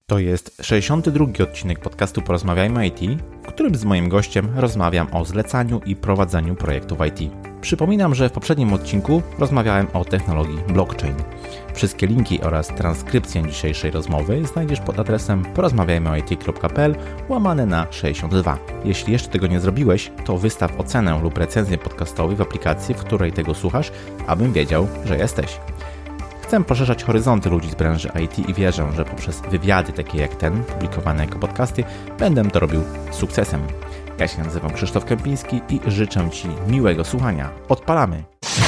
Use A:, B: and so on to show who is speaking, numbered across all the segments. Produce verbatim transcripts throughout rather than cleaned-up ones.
A: To jest sześćdziesiąty drugi odcinek podcastu Porozmawiajmy I T, w którym z moim gościem rozmawiam o zlecaniu i prowadzeniu projektów I T. Przypominam, że w poprzednim odcinku rozmawiałem o technologii blockchain. Wszystkie linki oraz transkrypcję dzisiejszej rozmowy znajdziesz pod adresem porozmawiajmyit kropka p l łamane na sześćdziesiąt dwa. Jeśli jeszcze tego nie zrobiłeś, to wystaw ocenę lub recenzję podcastową w aplikacji, w której tego słuchasz, abym wiedział, że jesteś. Chcę poszerzać horyzonty ludzi z branży I T i wierzę, że poprzez wywiady takie jak ten, publikowane jako podcasty, będę to robił z sukcesem. Ja się nazywam Krzysztof Kępiński i życzę Ci miłego słuchania. Odpalamy!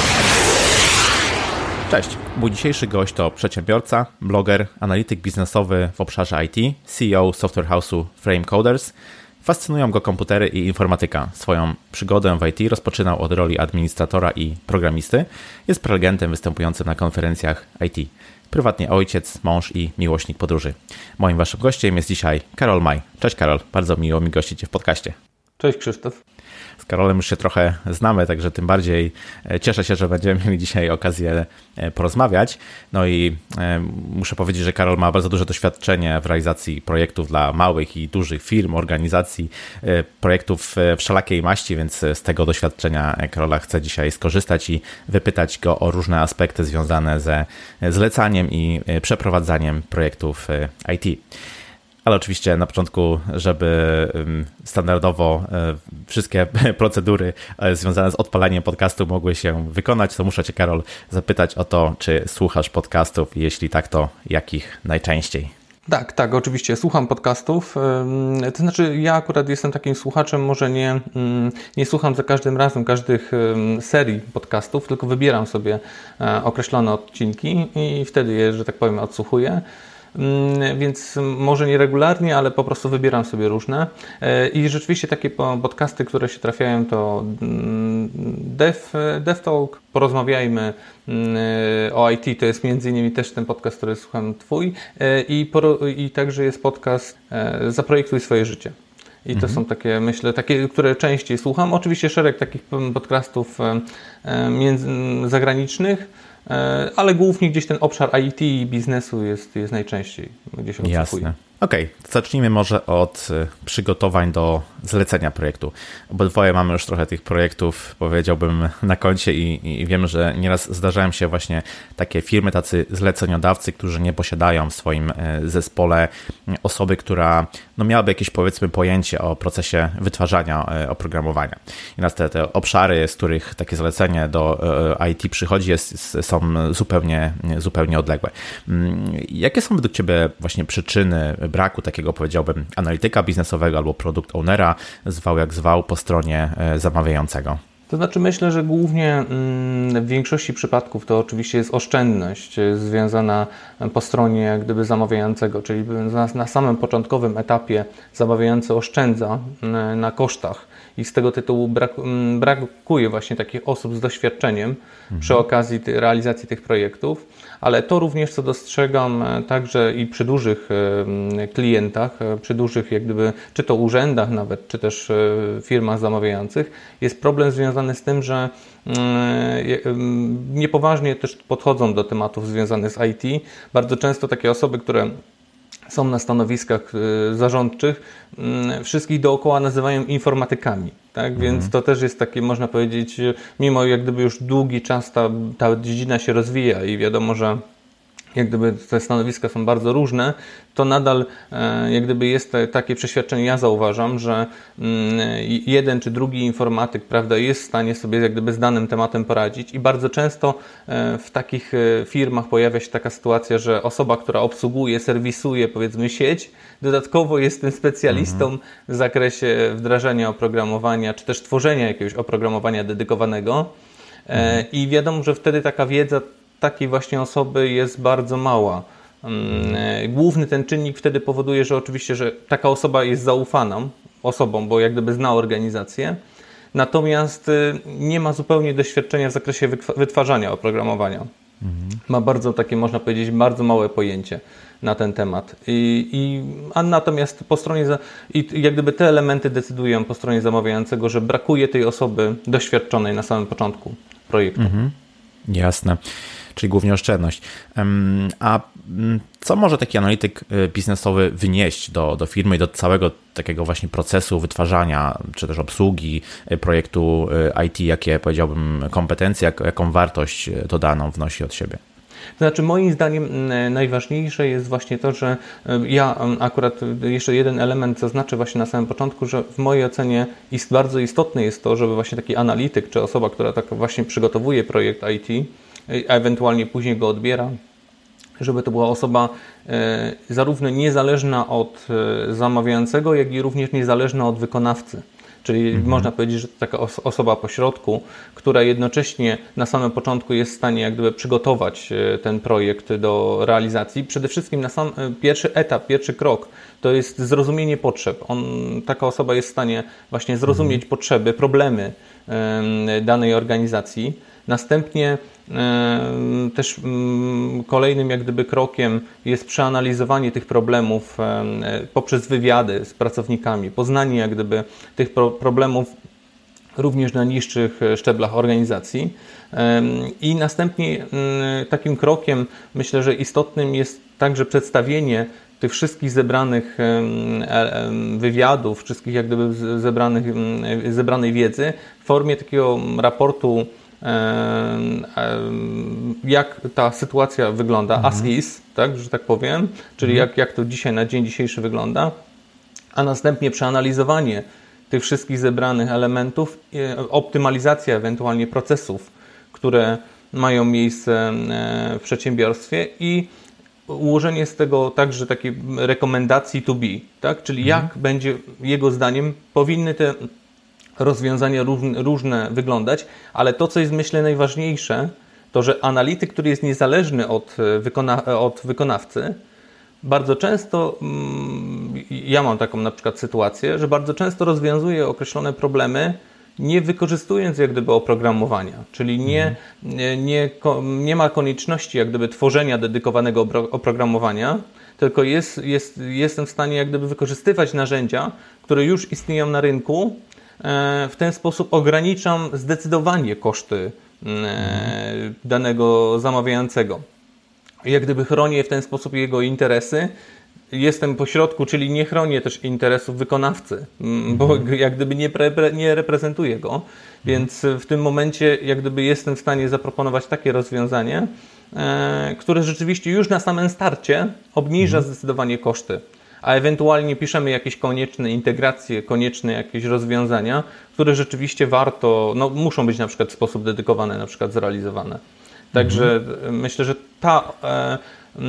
A: Cześć! Mój dzisiejszy gość to przedsiębiorca, bloger, analityk biznesowy w obszarze I T, C E O software house'u Frame Coders. Fascynują go komputery i informatyka. Swoją przygodę w I T rozpoczynał od roli administratora i programisty. Jest prelegentem występującym na konferencjach I T. Prywatnie ojciec, mąż i miłośnik podróży. Moim waszym gościem jest dzisiaj Karol Maj. Cześć Karol, bardzo miło mi gościć Cię w podcaście.
B: Cześć Krzysztof.
A: Z Karolem już się trochę znamy, także tym bardziej cieszę się, że będziemy mieli dzisiaj okazję porozmawiać. No i muszę powiedzieć, że Karol ma bardzo duże doświadczenie w realizacji projektów dla małych i dużych firm, organizacji, projektów wszelakiej maści, więc z tego doświadczenia Karola chcę dzisiaj skorzystać i wypytać go o różne aspekty związane ze zlecaniem i przeprowadzaniem projektów I T. Ale oczywiście na początku, żeby standardowo wszystkie procedury związane z odpalaniem podcastu mogły się wykonać, to muszę Cię, Karol, zapytać o to, czy słuchasz podcastów i jeśli tak, to jakich najczęściej?
B: Tak, tak, oczywiście słucham podcastów, to znaczy ja akurat jestem takim słuchaczem, może nie, nie słucham za każdym razem każdych serii podcastów, tylko wybieram sobie określone odcinki i wtedy je, że tak powiem, odsłuchuję. Więc może nie regularnie, ale po prostu wybieram sobie różne. I rzeczywiście takie podcasty, które się trafiają, to Dev, Dev Talk, porozmawiajmy o I T, to jest między innymi też ten podcast, który słucham Twój i, i także jest podcast Zaprojektuj swoje życie. I to mhm. są takie, myślę, takie, które częściej słucham. Oczywiście szereg takich podcastów między, zagranicznych, ale głównie gdzieś ten obszar I T i biznesu jest, jest najczęściej, gdzie się odsłuchuje.
A: Jasne. Okej, okay. Zacznijmy może od przygotowań do zlecenia projektu. Obydwoje mamy już trochę tych projektów, powiedziałbym, na koncie i, i wiem, że nieraz zdarzają się właśnie takie firmy, tacy zleceniodawcy, którzy nie posiadają w swoim zespole osoby, która no, miałaby jakieś, powiedzmy, pojęcie o procesie wytwarzania oprogramowania. I nas te, te obszary, z których takie zlecenie do I T przychodzi, jest, są zupełnie, zupełnie odległe. Jakie są według Ciebie właśnie przyczyny braku takiego, powiedziałbym, analityka biznesowego albo product ownera, zwał jak zwał, po stronie zamawiającego?
B: To znaczy myślę, że głównie w większości przypadków to oczywiście jest oszczędność związana po stronie jak gdyby zamawiającego, czyli na samym początkowym etapie zamawiający oszczędza na kosztach i z tego tytułu brak, brakuje właśnie takich osób z doświadczeniem mhm. przy okazji realizacji tych projektów, ale to również co dostrzegam także i przy dużych klientach, przy dużych jak gdyby, czy to urzędach nawet, czy też firmach zamawiających, jest problem związany z tym, że niepoważnie też podchodzą do tematów związanych z I T. Bardzo często takie osoby, które są na stanowiskach zarządczych, wszystkich dookoła nazywają informatykami. Tak? Mhm. Więc to też jest takie, można powiedzieć, mimo jak gdyby już długi czas ta, ta dziedzina się rozwija i wiadomo, że jak gdyby te stanowiska są bardzo różne, to nadal jak gdyby jest takie przeświadczenie, ja zauważam, że jeden czy drugi informatyk, prawda, jest w stanie sobie jak gdyby z danym tematem poradzić i bardzo często w takich firmach pojawia się taka sytuacja, że osoba, która obsługuje, serwisuje, powiedzmy, sieć, dodatkowo jest tym specjalistą mhm. w zakresie wdrażania oprogramowania, czy też tworzenia jakiegoś oprogramowania dedykowanego mhm. i wiadomo, że wtedy taka wiedza takiej właśnie osoby jest bardzo mała. Główny ten czynnik wtedy powoduje, że oczywiście, że taka osoba jest zaufaną osobą, bo jak gdyby zna organizację, natomiast nie ma zupełnie doświadczenia w zakresie wytwarzania oprogramowania. Mhm. Ma bardzo takie, można powiedzieć, bardzo małe pojęcie na ten temat. I, i, a natomiast po stronie, za, i jak gdyby te elementy decydują po stronie zamawiającego, że brakuje tej osoby doświadczonej na samym początku projektu.
A: Mhm. Jasne. czyli głównie oszczędność. A co może taki analityk biznesowy wynieść do, do firmy i do całego takiego właśnie procesu wytwarzania, czy też obsługi projektu I T, jakie, powiedziałbym, kompetencje, jak, jaką wartość dodaną wnosi od siebie?
B: To znaczy, moim zdaniem najważniejsze jest właśnie to, że ja akurat jeszcze jeden element zaznaczę właśnie na samym początku, że w mojej ocenie ist, bardzo istotne jest to, żeby właśnie taki analityk, czy osoba, która tak właśnie przygotowuje projekt I T, a ewentualnie później go odbiera, żeby to była osoba e, zarówno niezależna od e, zamawiającego, jak i również niezależna od wykonawcy. Czyli mhm. można powiedzieć, że to taka os- osoba pośrodku, która jednocześnie na samym początku jest w stanie jak gdyby przygotować e, ten projekt do realizacji. Przede wszystkim na sam e, pierwszy etap, pierwszy krok to jest zrozumienie potrzeb. On, taka osoba jest w stanie właśnie zrozumieć mhm. potrzeby, problemy e, danej organizacji. Następnie e, też m, kolejnym jak gdyby krokiem jest przeanalizowanie tych problemów e, poprzez wywiady z pracownikami, poznanie jak gdyby tych pro, problemów również na niższych szczeblach organizacji. E, I następnie m, takim krokiem myślę, że istotnym jest także przedstawienie tych wszystkich zebranych wywiadów, wszystkich jak gdyby zebranych, zebranej wiedzy w formie takiego raportu, jak ta sytuacja wygląda, mhm. as is, tak, że tak powiem, czyli mhm. jak, jak to dzisiaj na dzień dzisiejszy wygląda, a następnie przeanalizowanie tych wszystkich zebranych elementów, optymalizacja ewentualnie procesów, które mają miejsce w przedsiębiorstwie i ułożenie z tego także takiej rekomendacji to be, tak, czyli mhm. jak będzie jego zdaniem powinny te rozwiązania różne wyglądać, ale to, co jest myślę najważniejsze, to, że analityk, który jest niezależny od, wykona- od wykonawcy, bardzo często, ja mam taką na przykład sytuację, że bardzo często rozwiązuje określone problemy, nie wykorzystując jak gdyby oprogramowania, czyli nie, nie, nie, nie ma konieczności jak gdyby tworzenia dedykowanego oprogramowania, tylko jest, jest, jestem w stanie jak gdyby wykorzystywać narzędzia, które już istnieją na rynku. W ten sposób ograniczam zdecydowanie koszty danego zamawiającego. Jak gdyby chronię w ten sposób jego interesy. Jestem pośrodku, czyli nie chronię też interesów wykonawcy, bo jak gdyby nie, pre, nie reprezentuję go. Więc w tym momencie jak gdyby jestem w stanie zaproponować takie rozwiązanie, które rzeczywiście już na samym starcie obniża zdecydowanie koszty. A ewentualnie piszemy jakieś konieczne integracje, konieczne jakieś rozwiązania, które rzeczywiście warto, no muszą być na przykład w sposób dedykowany na przykład zrealizowane. Także mhm. myślę, że ta e,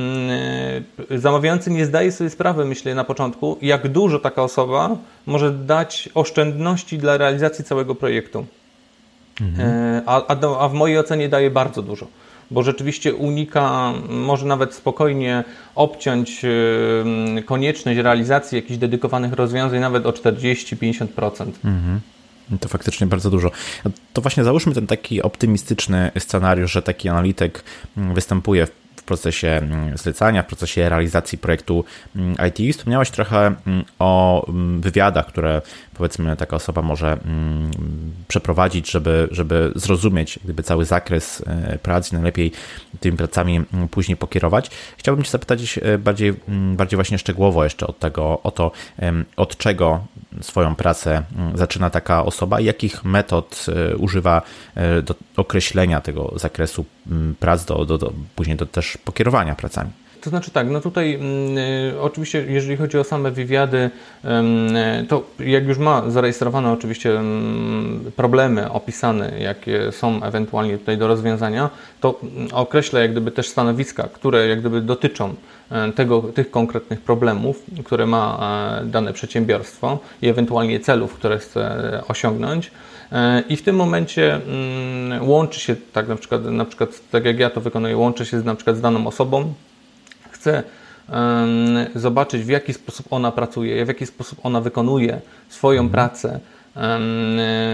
B: e, zamawiający nie zdaje sobie sprawy, myślę na początku, jak dużo taka osoba może dać oszczędności dla realizacji całego projektu. Mhm. E, a, a, a w mojej ocenie daje bardzo dużo. Bo rzeczywiście unika, może nawet spokojnie obciąć yy, konieczność realizacji jakichś dedykowanych rozwiązań nawet o czterdzieści do pięćdziesięciu procent.
A: Mhm. To faktycznie bardzo dużo. To właśnie załóżmy ten taki optymistyczny scenariusz, że taki analityk występuje w w procesie zlecania, w procesie realizacji projektu I T. Wspomniałaś trochę o wywiadach, które powiedzmy taka osoba może przeprowadzić, żeby, żeby zrozumieć gdyby cały zakres prac i najlepiej tymi pracami później pokierować. Chciałbym Cię zapytać bardziej, bardziej właśnie szczegółowo jeszcze od tego, o to, od czego swoją pracę zaczyna taka osoba i jakich metod używa do określenia tego zakresu prac, do, do, do, później do też pokierowania pracami.
B: To znaczy tak, no tutaj y, oczywiście jeżeli chodzi o same wywiady, y, to jak już ma zarejestrowane oczywiście y, problemy opisane, jakie są ewentualnie tutaj do rozwiązania, to określa jak gdyby też stanowiska, które jak gdyby dotyczą tego, tych konkretnych problemów, które ma dane przedsiębiorstwo i ewentualnie celów, które chce osiągnąć. I w tym momencie łączy się, tak na przykład, na przykład tak jak ja to wykonuję, łączy się z, na przykład z daną osobą, chcę zobaczyć, w jaki sposób ona pracuje, w jaki sposób ona wykonuje swoją mhm. pracę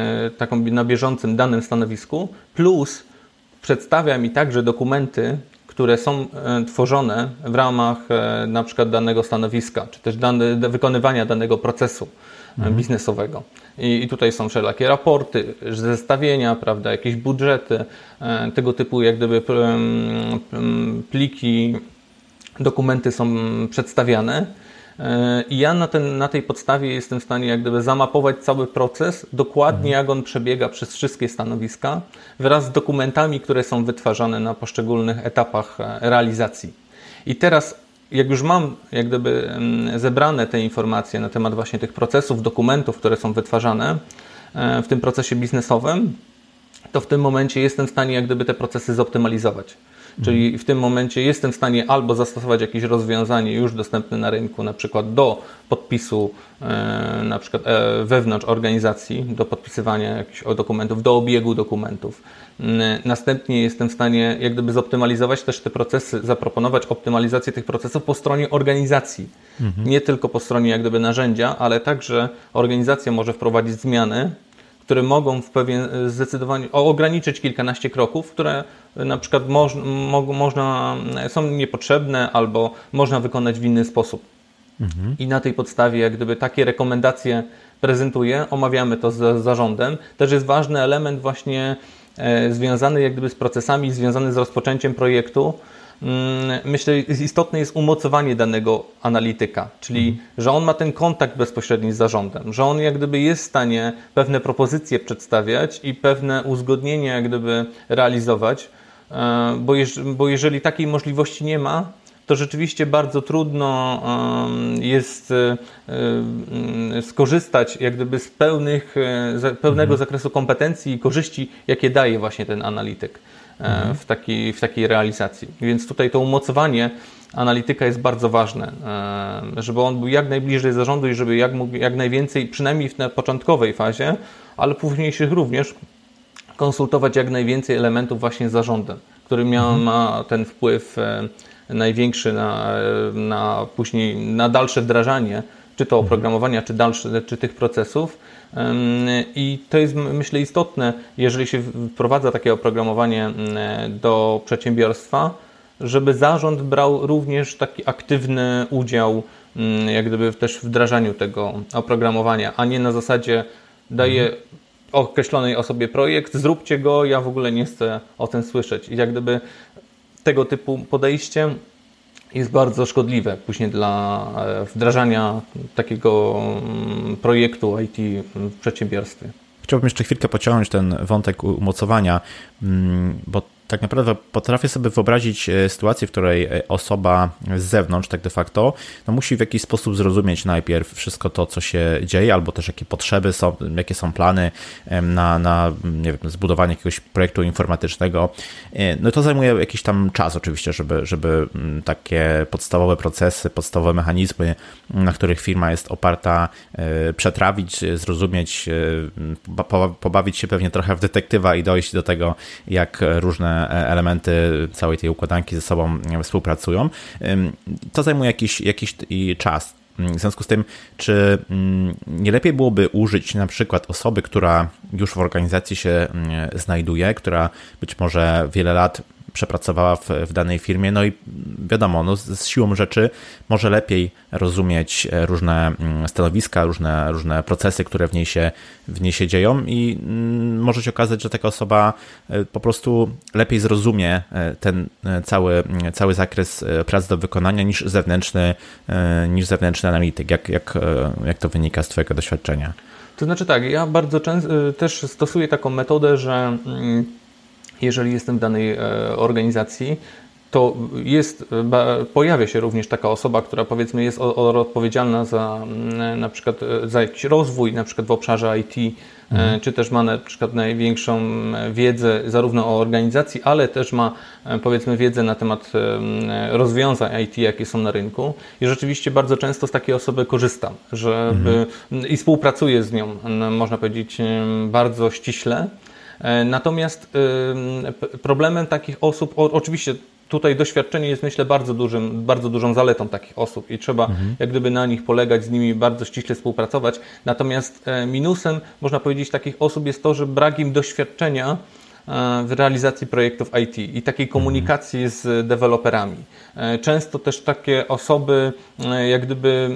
B: taką na bieżącym danym stanowisku, plus przedstawia mi także dokumenty, które są tworzone w ramach na przykład danego stanowiska, czy też dane, wykonywania danego procesu mhm. biznesowego. I, I tutaj są wszelakie raporty, zestawienia, prawda, jakieś budżety, tego typu jak gdyby pliki, dokumenty są przedstawiane. I ja na, ten, na tej podstawie jestem w stanie jak gdyby zamapować cały proces, dokładnie jak on przebiega przez wszystkie stanowiska, wraz z dokumentami, które są wytwarzane na poszczególnych etapach realizacji. I teraz, jak już mam jak gdyby zebrane te informacje na temat właśnie tych procesów, dokumentów, które są wytwarzane w tym procesie biznesowym, to w tym momencie jestem w stanie jak gdyby te procesy zoptymalizować. Czyli w tym momencie jestem w stanie albo zastosować jakieś rozwiązanie już dostępne na rynku, na przykład do podpisu e, na przykład e, wewnątrz organizacji, do podpisywania jakichś dokumentów, do obiegu dokumentów. E, następnie jestem w stanie jak gdyby zoptymalizować też te procesy, zaproponować optymalizację tych procesów po stronie organizacji. Mhm. Nie tylko po stronie jak gdyby narzędzia, ale także organizacja może wprowadzić zmiany, które mogą w pewien zdecydowanie ograniczyć kilkanaście kroków, które na przykład moż, mo, można, są niepotrzebne albo można wykonać w inny sposób. Mhm. I na tej podstawie jak gdyby takie rekomendacje prezentuję, omawiamy to z zarządem. Też jest ważny element właśnie e, związany jak gdyby z procesami, związany z rozpoczęciem projektu. Myślę, że istotne jest umocowanie danego analityka, czyli mhm. że on ma ten kontakt bezpośredni z zarządem, że on jak gdyby jest w stanie pewne propozycje przedstawiać i pewne uzgodnienia jak gdyby realizować, bo, jeż, bo jeżeli takiej możliwości nie ma, to rzeczywiście bardzo trudno jest skorzystać jak gdyby z pełnych, pełnego mhm. zakresu kompetencji i korzyści, jakie daje właśnie ten analityk. Mhm. W, takiej, w takiej realizacji. Więc tutaj to umocowanie analityka jest bardzo ważne, żeby on był jak najbliżej zarządu i żeby jak, mógł, jak najwięcej, przynajmniej w początkowej fazie, ale późniejszych również, konsultować jak najwięcej elementów właśnie z zarządem, który miał, mhm. ma ten wpływ największy na, na później, na dalsze wdrażanie, czy to oprogramowania, czy, dalsze, czy tych procesów. I to jest, myślę, istotne, jeżeli się wprowadza takie oprogramowanie do przedsiębiorstwa, żeby zarząd brał również taki aktywny udział jak gdyby też w wdrażaniu tego oprogramowania, a nie na zasadzie daje określonej osobie projekt, zróbcie go, ja w ogóle nie chcę o tym słyszeć. I jak gdyby tego typu podejście jest bardzo szkodliwe później dla wdrażania takiego projektu I T w przedsiębiorstwie.
A: Chciałbym jeszcze chwilkę pociągnąć ten wątek umocowania, bo tak naprawdę potrafię sobie wyobrazić sytuację, w której osoba z zewnątrz tak de facto no musi w jakiś sposób zrozumieć najpierw wszystko to, co się dzieje, albo też jakie potrzeby są, jakie są plany na, na nie wiem, zbudowanie jakiegoś projektu informatycznego. No to zajmuje jakiś tam czas oczywiście, żeby, żeby takie podstawowe procesy, podstawowe mechanizmy, na których firma jest oparta, przetrawić, zrozumieć, pobawić się pewnie trochę w detektywa i dojść do tego, jak różne elementy całej tej układanki ze sobą współpracują. To zajmuje jakiś, jakiś czas. W związku z tym, czy nie lepiej byłoby użyć na przykład osoby, która już w organizacji się znajduje, która być może wiele lat przepracowała w, w danej firmie, no i wiadomo, no z, z siłą rzeczy może lepiej rozumieć różne stanowiska, różne, różne procesy, które w niej się, w niej się dzieją i może się okazać, że taka osoba po prostu lepiej zrozumie ten cały, cały zakres prac do wykonania niż zewnętrzny, niż zewnętrzny analityk. Jak, jak, jak to wynika z Twojego doświadczenia?
B: To znaczy tak, ja bardzo często też stosuję taką metodę, że jeżeli jestem w danej organizacji, to jest, pojawia się również taka osoba, która powiedzmy jest odpowiedzialna za na przykład za jakiś rozwój, na przykład w obszarze I T, mhm. czy też ma na przykład największą wiedzę zarówno o organizacji, ale też ma powiedzmy wiedzę na temat rozwiązań I T, jakie są na rynku. I rzeczywiście bardzo często z takiej osoby korzystam, żeby mhm. i współpracuję z nią, można powiedzieć, bardzo ściśle. Natomiast problemem takich osób, oczywiście tutaj doświadczenie jest myślę bardzo dużym, bardzo dużą zaletą takich osób i trzeba mhm. jak gdyby na nich polegać, z nimi bardzo ściśle współpracować. Natomiast minusem można powiedzieć takich osób jest to, że brak im doświadczenia w realizacji projektów I T i takiej komunikacji z deweloperami. Często też takie osoby, jak gdyby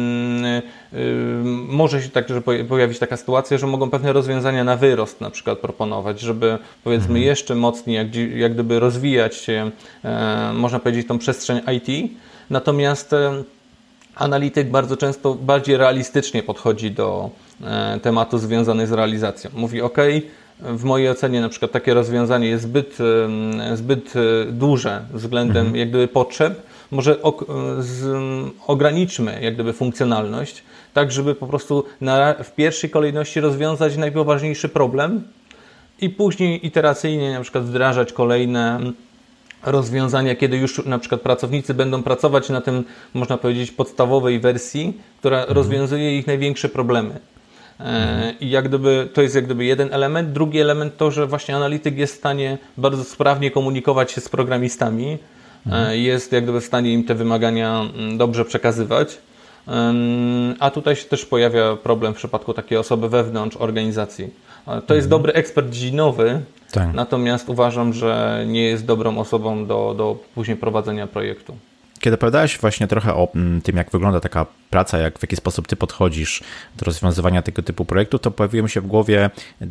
B: może się także pojawić taka sytuacja, że mogą pewne rozwiązania na wyrost na przykład proponować, żeby powiedzmy jeszcze mocniej jak, jak gdyby rozwijać się, można powiedzieć, tą przestrzeń I T. Natomiast analityk bardzo często bardziej realistycznie podchodzi do tematu związanych z realizacją. Mówi, ok, w mojej ocenie na przykład takie rozwiązanie jest zbyt, zbyt duże względem mhm. jak gdyby potrzeb, może ok, z, ograniczmy jak gdyby funkcjonalność, tak żeby po prostu na, w pierwszej kolejności rozwiązać najpoważniejszy problem i później iteracyjnie na przykład wdrażać kolejne rozwiązania, kiedy już na przykład pracownicy będą pracować na tym, można powiedzieć, podstawowej wersji, która mhm. rozwiązuje ich największe problemy. Mhm. I jak gdyby, to jest jak gdyby jeden element. Drugi element to, że właśnie analityk jest w stanie bardzo sprawnie komunikować się z programistami, mhm. jest jak gdyby w stanie im te wymagania dobrze przekazywać. A tutaj się też pojawia problem w przypadku takiej osoby wewnątrz organizacji. To jest mhm. dobry ekspert dziedzinowy, tak. Natomiast uważam, że nie jest dobrą osobą do, do później prowadzenia projektu.
A: Kiedy opowiadałeś właśnie trochę o tym, jak wygląda taka praca, jak w jaki sposób ty podchodzisz do rozwiązywania tego typu projektu, to pojawiły mi się w głowie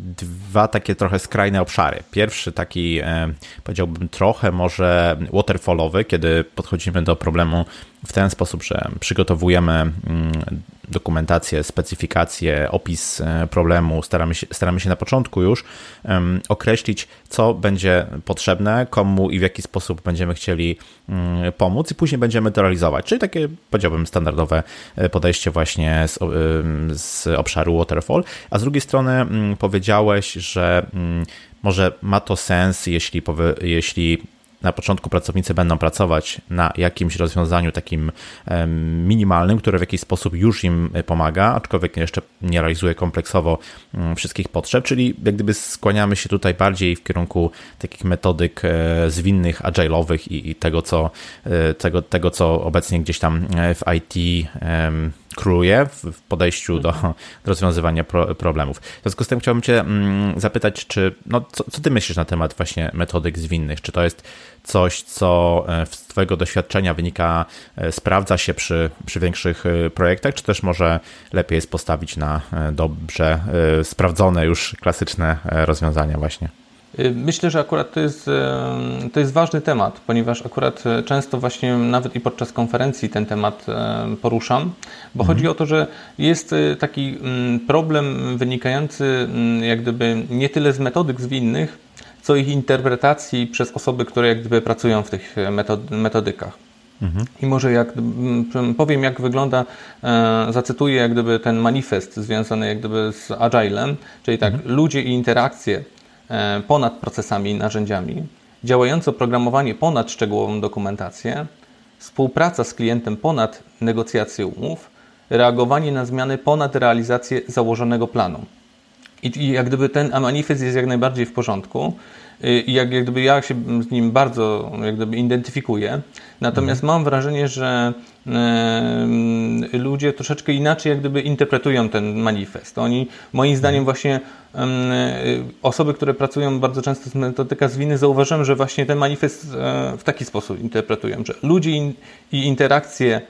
A: dwa takie trochę skrajne obszary. Pierwszy taki, powiedziałbym, trochę może waterfallowy, kiedy podchodzimy do problemu w ten sposób, że przygotowujemy dokumentację, specyfikację, opis problemu, staramy się, staramy się na początku już um, określić, co będzie potrzebne, komu i w jaki sposób będziemy chcieli um, pomóc i później będziemy to realizować. Czyli takie, powiedziałbym, standardowe podejście właśnie z, um, z obszaru waterfall. A z drugiej strony um, powiedziałeś, że um, może ma to sens, jeśli, powie, jeśli na początku pracownicy będą pracować na jakimś rozwiązaniu takim minimalnym, które w jakiś sposób już im pomaga, aczkolwiek jeszcze nie realizuje kompleksowo wszystkich potrzeb, czyli jak gdyby skłaniamy się tutaj bardziej w kierunku takich metodyk zwinnych, agile'owych i, i tego, co, tego, tego, co obecnie gdzieś tam w I T króluje w podejściu do, do rozwiązywania pro, problemów. W związku z tym chciałbym cię zapytać, czy, no, co, co ty myślisz na temat właśnie metodyk zwinnych? Czy to jest coś, co z twojego doświadczenia wynika, sprawdza się przy, przy większych projektach, czy też może lepiej jest postawić na dobrze sprawdzone już klasyczne rozwiązania właśnie?
B: Myślę, że akurat to jest, to jest ważny temat, ponieważ akurat często właśnie nawet i podczas konferencji ten temat poruszam, bo mhm. chodzi o to, że jest taki problem wynikający jak gdyby nie tyle z metodyk zwinnych, co ich interpretacji przez osoby, które jak gdyby pracują w tych metodykach. Mhm. I może jak powiem, jak wygląda, zacytuję jak gdyby ten manifest związany jak gdyby z Agilem, czyli tak, mhm. ludzie i interakcje ponad procesami i narzędziami, działające oprogramowanie ponad szczegółową dokumentację, współpraca z klientem ponad negocjacje umów, reagowanie na zmiany ponad realizację założonego planu. I, i jak gdyby ten manifest jest jak najbardziej w porządku i jak, jak gdyby ja się z nim bardzo jak gdyby identyfikuję. Natomiast mhm. mam wrażenie, że y, ludzie troszeczkę inaczej jak gdyby interpretują ten manifest. Oni, moim zdaniem właśnie y, osoby, które pracują bardzo często z metodyka zwinnych, zauważyłem, że właśnie ten manifest y, w taki sposób interpretują, że ludzie in, i interakcje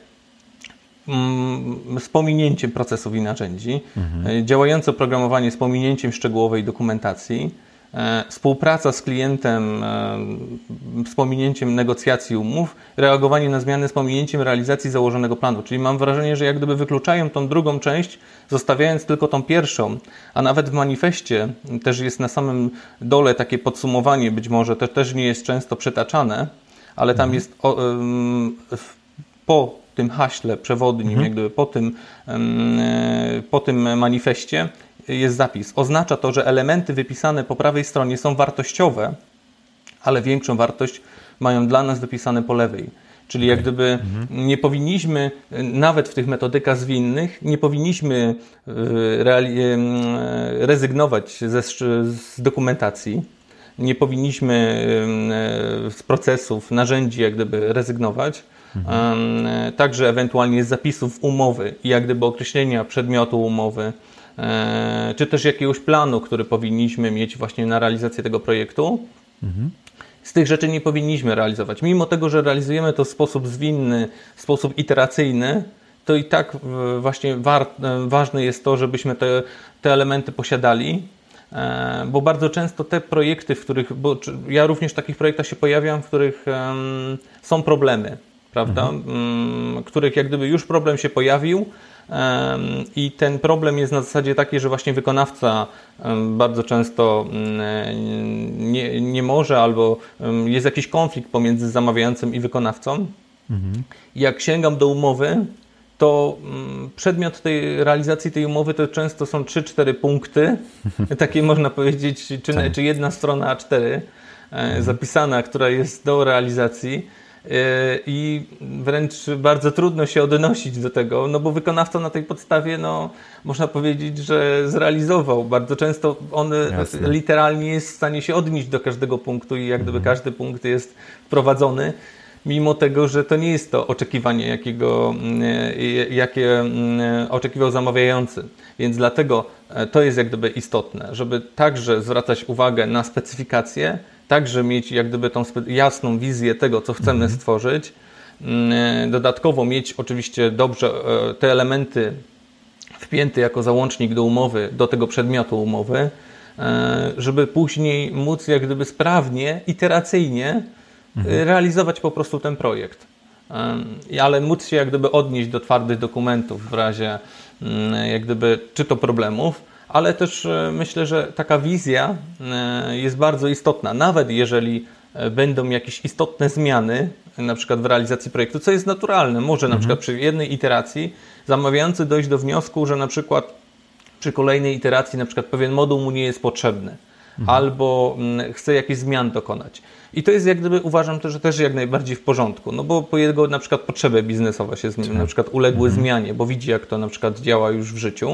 B: z pominięciem procesów i narzędzi, mhm. działające oprogramowanie z pominięciem szczegółowej dokumentacji, współpraca z klientem z pominięciem negocjacji umów, reagowanie na zmiany z pominięciem realizacji założonego planu. Czyli mam wrażenie, że jak gdyby wykluczają tą drugą część, zostawiając tylko tą pierwszą, a nawet w manifestie też jest na samym dole takie podsumowanie, być może to też nie jest często przytaczane, ale tam mhm. jest o, po tym haśle przewodnim, mhm. jak gdyby po tym, po tym manifestie jest zapis. Oznacza to, że elementy wypisane po prawej stronie są wartościowe, ale większą wartość mają dla nas wypisane po lewej. Czyli jak gdyby mhm. nie powinniśmy, nawet w tych metodykach zwinnych, nie powinniśmy rezygnować ze, z dokumentacji, nie powinniśmy z procesów, narzędzi jak gdyby rezygnować, mhm. także ewentualnie z zapisów umowy i jak gdyby określenia przedmiotu umowy, czy też jakiegoś planu, który powinniśmy mieć właśnie na realizację tego projektu. Mhm. Z tych rzeczy nie powinniśmy realizować. Mimo tego, że realizujemy to w sposób zwinny, w sposób iteracyjny, to i tak właśnie war, ważne jest to, żebyśmy te, te elementy posiadali, bo bardzo często te projekty, w których, bo ja również w takich projektach się pojawiam, w których um, są problemy, prawda, mhm. um, których jak gdyby już problem się pojawił um, i ten problem jest na zasadzie takiej, że właśnie wykonawca um, bardzo często um, nie, nie może albo um, jest jakiś konflikt pomiędzy zamawiającym i wykonawcą. Mhm. Jak sięgam do umowy, to przedmiot tej realizacji tej umowy to często są trzy cztery punkty, takie można powiedzieć, czy, tak. czy jedna strona A cztery mhm. zapisana, która jest do realizacji i wręcz bardzo trudno się odnosić do tego, no bo wykonawca na tej podstawie, no można powiedzieć, że zrealizował. Bardzo często on Jasne. literalnie jest w stanie się odnieść do każdego punktu i jak gdyby mhm. każdy punkt jest wprowadzony. Mimo tego, że to nie jest to oczekiwanie, jakiego, jakie oczekiwał zamawiający. Więc dlatego to jest jak gdyby istotne, żeby także zwracać uwagę na specyfikację, także mieć jak gdyby tą jasną wizję tego, co chcemy mhm. stworzyć. Dodatkowo mieć oczywiście dobrze te elementy wpięte jako załącznik do umowy, do tego przedmiotu umowy, żeby później móc jak gdyby sprawnie, iteracyjnie Mhm. realizować po prostu ten projekt, ale móc się jak gdyby odnieść do twardych dokumentów w razie jak gdyby czy to problemów, ale też myślę, że taka wizja jest bardzo istotna, nawet jeżeli będą jakieś istotne zmiany, na przykład w realizacji projektu, co jest naturalne. Może na mhm. przykład przy jednej iteracji zamawiający dojść do wniosku, że na przykład przy kolejnej iteracji na przykład pewien moduł mu nie jest potrzebny. Mhm. albo chce jakichś zmian dokonać. I to jest jak gdyby, uważam, że też jak najbardziej w porządku, no bo po jego na przykład potrzeby biznesowe się zmieniły, na przykład uległy mhm. zmianie, bo widzi, jak to na przykład działa już w życiu.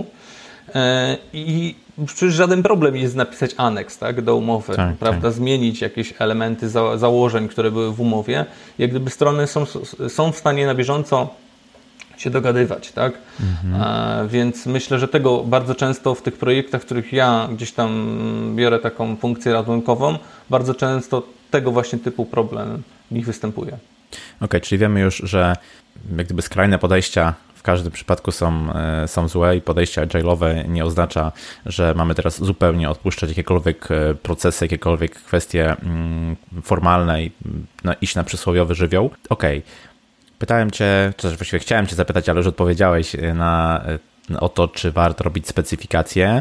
B: I przecież żaden problem jest napisać aneks, tak, do umowy, tak, prawda, tak. zmienić jakieś elementy za, założeń, które były w umowie. Jak gdyby strony są, są w stanie na bieżąco się dogadywać, tak? Mhm. A, więc myślę, że tego bardzo często w tych projektach, w których ja gdzieś tam biorę taką funkcję ratunkową, bardzo często tego właśnie typu problem w nich występuje. Okej,
A: okay, czyli wiemy już, że jak gdyby skrajne podejścia w każdym przypadku są, są złe i podejście agile'owe nie oznacza, że mamy teraz zupełnie odpuszczać jakiekolwiek procesy, jakiekolwiek kwestie formalne i no, iść na przysłowiowy żywioł. Okej. Okay. Pytałem Cię, czy też właściwie chciałem Cię zapytać, ale już odpowiedziałeś na, o to, czy warto robić specyfikację.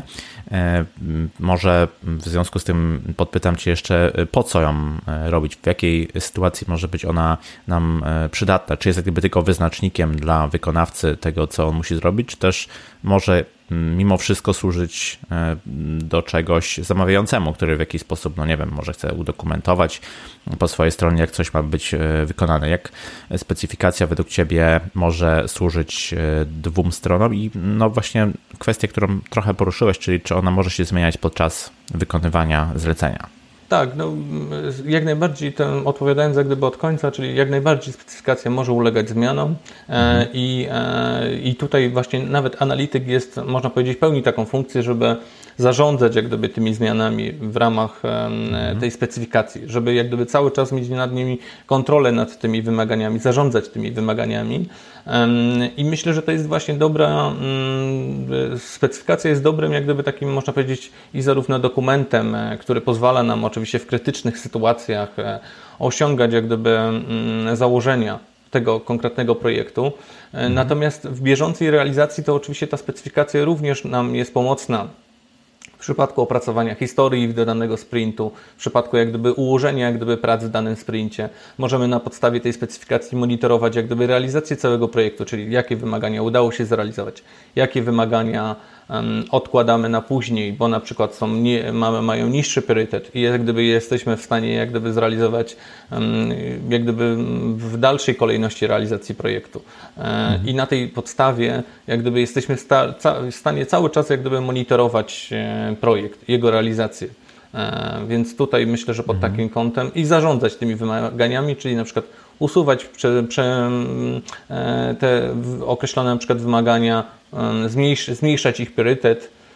A: Może w związku z tym podpytam Cię jeszcze, po co ją robić, w jakiej sytuacji może być ona nam przydatna, czy jest jak gdyby tylko wyznacznikiem dla wykonawcy tego, co on musi zrobić, czy też może mimo wszystko służyć do czegoś zamawiającemu, który w jakiś sposób, no nie wiem, może chce udokumentować po swojej stronie, jak coś ma być wykonane. Jak specyfikacja według Ciebie może służyć dwóm stronom i no właśnie kwestię, którą trochę poruszyłeś, czyli czy ona może się zmieniać podczas wykonywania zlecenia.
B: Tak, no jak najbardziej, ten, odpowiadając jak gdyby od końca, czyli jak najbardziej specyfikacja może ulegać zmianom mhm. e, i, e, i tutaj właśnie nawet analityk jest, można powiedzieć, pełni taką funkcję, żeby zarządzać jak gdyby tymi zmianami w ramach e, mhm. tej specyfikacji, żeby jak gdyby cały czas mieć nad nimi kontrolę nad tymi wymaganiami, zarządzać tymi wymaganiami. I myślę, że to jest właśnie dobra, specyfikacja jest dobrym, jak gdyby takim, można powiedzieć, i zarówno dokumentem, który pozwala nam oczywiście w krytycznych sytuacjach osiągać jak gdyby założenia tego konkretnego projektu. Mhm. Natomiast w bieżącej realizacji to oczywiście ta specyfikacja również nam jest pomocna w przypadku opracowania historii do danego sprintu, w przypadku jak gdyby ułożenia jak gdyby prac w danym sprincie. Możemy na podstawie tej specyfikacji monitorować jak gdyby realizację całego projektu, czyli jakie wymagania udało się zrealizować, jakie wymagania um, odkładamy na później, bo na przykład są nie, mamy, mają niższy priorytet i jak gdyby jesteśmy w stanie jak gdyby zrealizować um, jak gdyby w dalszej kolejności realizacji projektu. Mhm. I na tej podstawie jak gdyby jesteśmy w, sta, ca, w stanie cały czas jak gdyby monitorować projekt, jego realizację. Więc tutaj myślę, że pod mhm. takim kątem i zarządzać tymi wymaganiami, czyli na przykład usuwać prze, prze, te określone na przykład wymagania, zmniejsz, zmniejszać ich priorytet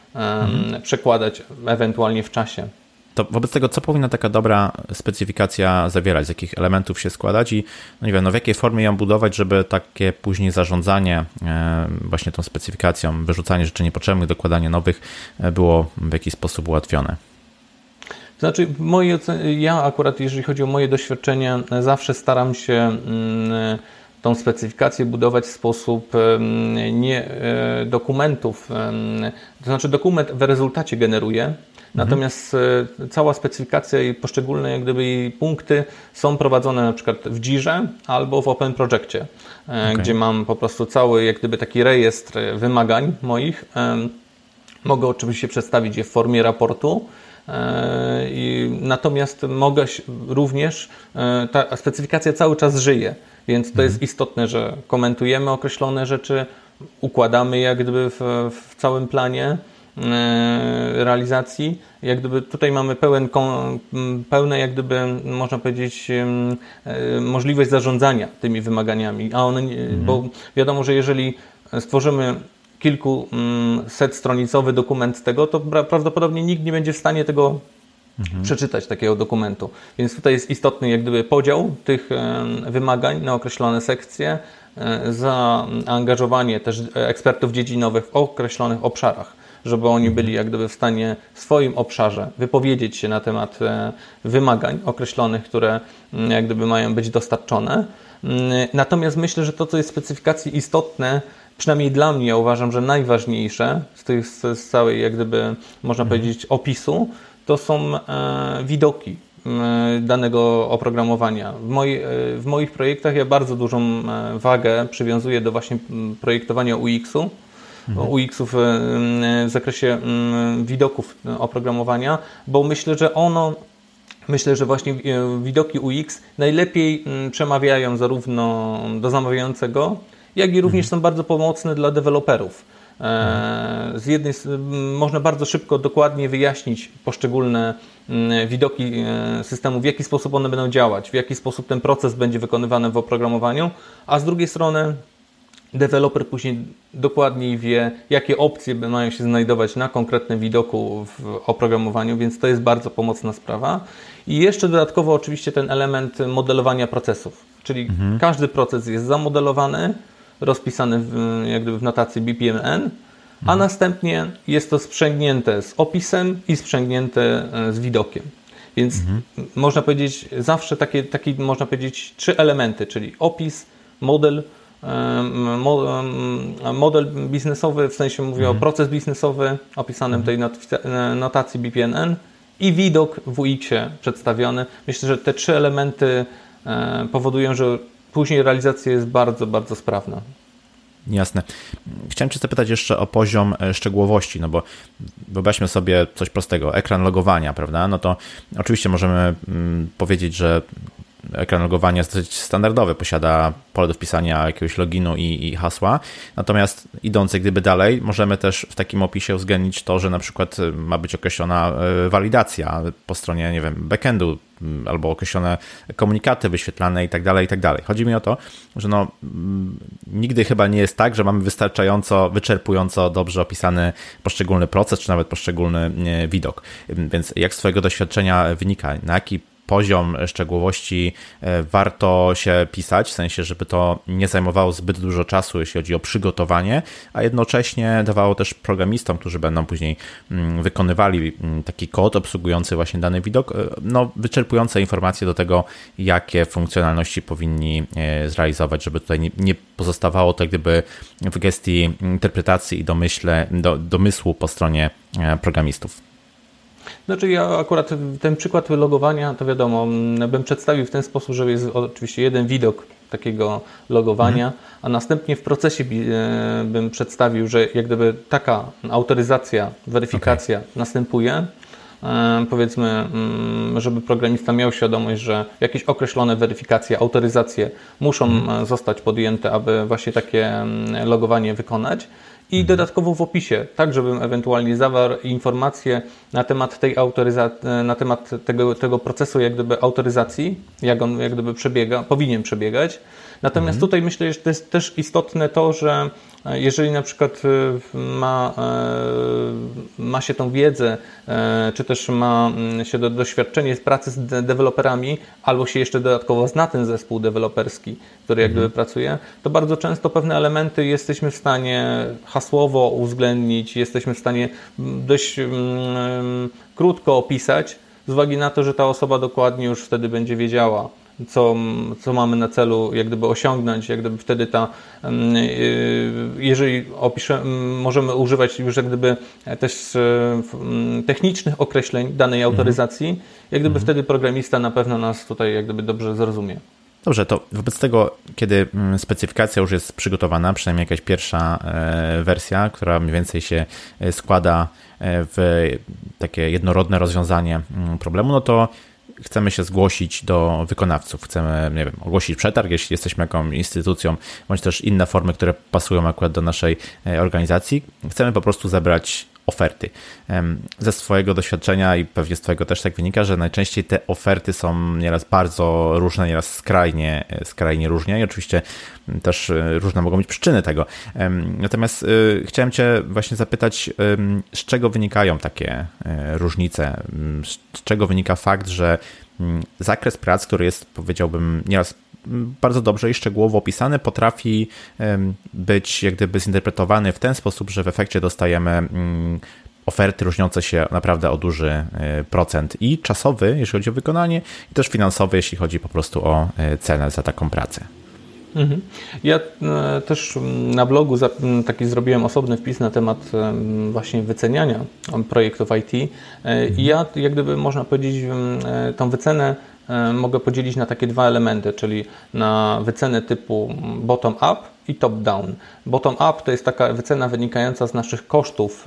B: mhm. przekładać ewentualnie w czasie.
A: To wobec tego, co powinna taka dobra specyfikacja zawierać, z jakich elementów się składać i no nie wiem, no w jakiej formie ją budować, żeby takie później zarządzanie właśnie tą specyfikacją, wyrzucanie rzeczy niepotrzebnych, dokładanie nowych było w jakiś sposób ułatwione?
B: To znaczy, moje, ja akurat, jeżeli chodzi o moje doświadczenia, zawsze staram się tą specyfikację budować w sposób nie dokumentów, to znaczy dokument w rezultacie generuje, natomiast mhm. cała specyfikacja i poszczególne jak gdyby jej punkty są prowadzone na przykład w dzirze albo w Open Projectie, okay. gdzie mam po prostu cały jak gdyby taki rejestr wymagań moich. Mogę oczywiście przedstawić je w formie raportu. I natomiast mogę również, ta specyfikacja cały czas żyje, więc to mhm. jest istotne, że komentujemy określone rzeczy, układamy jak gdyby w, w całym planie realizacji. Jak gdyby tutaj mamy pełen, pełne jak gdyby można powiedzieć możliwość zarządzania tymi wymaganiami, a one, mhm. bo wiadomo, że jeżeli stworzymy kilkuset stronicowy dokument z tego, to prawdopodobnie nikt nie będzie w stanie tego mhm. przeczytać, takiego dokumentu. Więc tutaj jest istotny jak gdyby podział tych wymagań na określone sekcje, zaangażowanie też ekspertów dziedzinowych w określonych obszarach, żeby oni byli jak gdyby w stanie w swoim obszarze wypowiedzieć się na temat wymagań określonych, które jak gdyby mają być dostarczone. Natomiast myślę, że to, co jest w specyfikacji istotne, przynajmniej dla mnie, ja uważam, że najważniejsze z, tych, z całej, jak gdyby, można mhm. powiedzieć, opisu, to są e, widoki e, danego oprogramowania. W, moi, e, w moich projektach ja bardzo dużą e, wagę przywiązuję do właśnie projektowania U X-u, mhm. U X-ów e, w zakresie e, widoków oprogramowania, bo myślę, że ono Myślę, że właśnie widoki U X najlepiej przemawiają zarówno do zamawiającego, jak i również są bardzo pomocne dla deweloperów. Z jednej można bardzo szybko, dokładnie wyjaśnić poszczególne widoki systemu, w jaki sposób one będą działać, w jaki sposób ten proces będzie wykonywany w oprogramowaniu, a z drugiej strony deweloper później dokładniej wie, jakie opcje mają się znajdować na konkretnym widoku w oprogramowaniu, więc to jest bardzo pomocna sprawa. I jeszcze dodatkowo oczywiście ten element modelowania procesów, czyli mhm. każdy proces jest zamodelowany, rozpisany w, jak gdyby w notacji B P M N, mhm. a następnie jest to sprzęgnięte z opisem i sprzęgnięte z widokiem. Więc mhm. można powiedzieć zawsze takie, takie, można powiedzieć trzy elementy, czyli opis, model, model biznesowy, w sensie mówię mhm. o proces biznesowy opisany w tej notacji B P M N i widok w U X-ie przedstawiony. Myślę, że te trzy elementy powodują, że później realizacja jest bardzo, bardzo sprawna.
A: Jasne. Chciałem Cię zapytać jeszcze o poziom szczegółowości, no bo wyobraźmy sobie coś prostego, ekran logowania, prawda? No to oczywiście możemy powiedzieć, że ekran logowania jest dosyć standardowy, posiada pole do wpisania jakiegoś loginu i, i hasła, natomiast idąc jak gdyby dalej, możemy też w takim opisie uwzględnić to, że na przykład ma być określona walidacja po stronie, nie wiem, backendu, albo określone komunikaty wyświetlane i tak dalej, i tak dalej. Chodzi mi o to, że no, nigdy chyba nie jest tak, że mamy wystarczająco, wyczerpująco dobrze opisany poszczególny proces, czy nawet poszczególny widok. Więc jak z Twojego doświadczenia wynika, na jaki poziom szczegółowości warto się pisać, w sensie, żeby to nie zajmowało zbyt dużo czasu, jeśli chodzi o przygotowanie, a jednocześnie dawało też programistom, którzy będą później wykonywali taki kod obsługujący właśnie dany widok, no, wyczerpujące informacje do tego, jakie funkcjonalności powinni zrealizować, żeby tutaj nie, nie pozostawało to gdyby w gestii interpretacji i domyśle, do, domysłu po stronie programistów.
B: Znaczy ja akurat ten przykład logowania, to wiadomo, bym przedstawił w ten sposób, że jest oczywiście jeden widok takiego logowania, mhm. a następnie w procesie bym przedstawił, że jak gdyby taka autoryzacja, weryfikacja okay. następuje. Powiedzmy, żeby programista miał świadomość, że jakieś określone weryfikacje, autoryzacje muszą mhm. zostać podjęte, aby właśnie takie logowanie wykonać. I dodatkowo w opisie, tak żebym ewentualnie zawarł informacje na temat tej autoryzacji, na temat tego, tego procesu jak gdyby autoryzacji, jak on jak gdyby przebiega, powinien przebiegać. Natomiast
A: mhm.
B: tutaj myślę, że to jest też istotne to, że jeżeli na przykład ma, ma się tą wiedzę, czy też ma się do, doświadczenie z pracy z de- deweloperami, albo się jeszcze dodatkowo zna ten zespół deweloperski, który jak gdyby mhm. pracuje, to bardzo często pewne elementy jesteśmy w stanie hasłowo uwzględnić, jesteśmy w stanie dość um, krótko opisać, z uwagi na to, że ta osoba dokładnie już wtedy będzie wiedziała, co, co mamy na celu jak gdyby osiągnąć, jak gdyby wtedy ta, jeżeli opiszę, możemy używać już jak gdyby też technicznych określeń danej autoryzacji, mhm. jak gdyby mhm. wtedy programista na pewno nas tutaj jak gdyby dobrze zrozumie.
A: Dobrze, to wobec tego, kiedy specyfikacja już jest przygotowana, przynajmniej jakaś pierwsza wersja, która mniej więcej się składa w takie jednorodne rozwiązanie problemu, no to chcemy się zgłosić do wykonawców, chcemy, nie wiem, ogłosić przetarg, jeśli jesteśmy jakąś instytucją, bądź też inne formy, które pasują akurat do naszej organizacji. Chcemy po prostu zebrać oferty. Ze swojego doświadczenia i pewnie z Twojego też tak wynika, że najczęściej te oferty są nieraz bardzo różne, nieraz skrajnie, skrajnie różnie i oczywiście też różne mogą być przyczyny tego. Natomiast chciałem Cię właśnie zapytać, z czego wynikają takie różnice? Z czego wynika fakt, że zakres prac, który jest, powiedziałbym, nieraz bardzo dobrze i szczegółowo opisany, potrafi być jak gdyby zinterpretowany w ten sposób, że w efekcie dostajemy oferty różniące się naprawdę o duży procent i czasowy, jeśli chodzi o wykonanie, i też finansowy, jeśli chodzi po prostu o cenę za taką pracę.
B: Mhm. Ja też na blogu taki zrobiłem osobny wpis na temat właśnie wyceniania projektów I T i ja jak gdyby można powiedzieć tą wycenę mogę podzielić na takie dwa elementy, czyli na wycenę typu bottom-up i top-down. Bottom-up to jest taka wycena wynikająca z naszych kosztów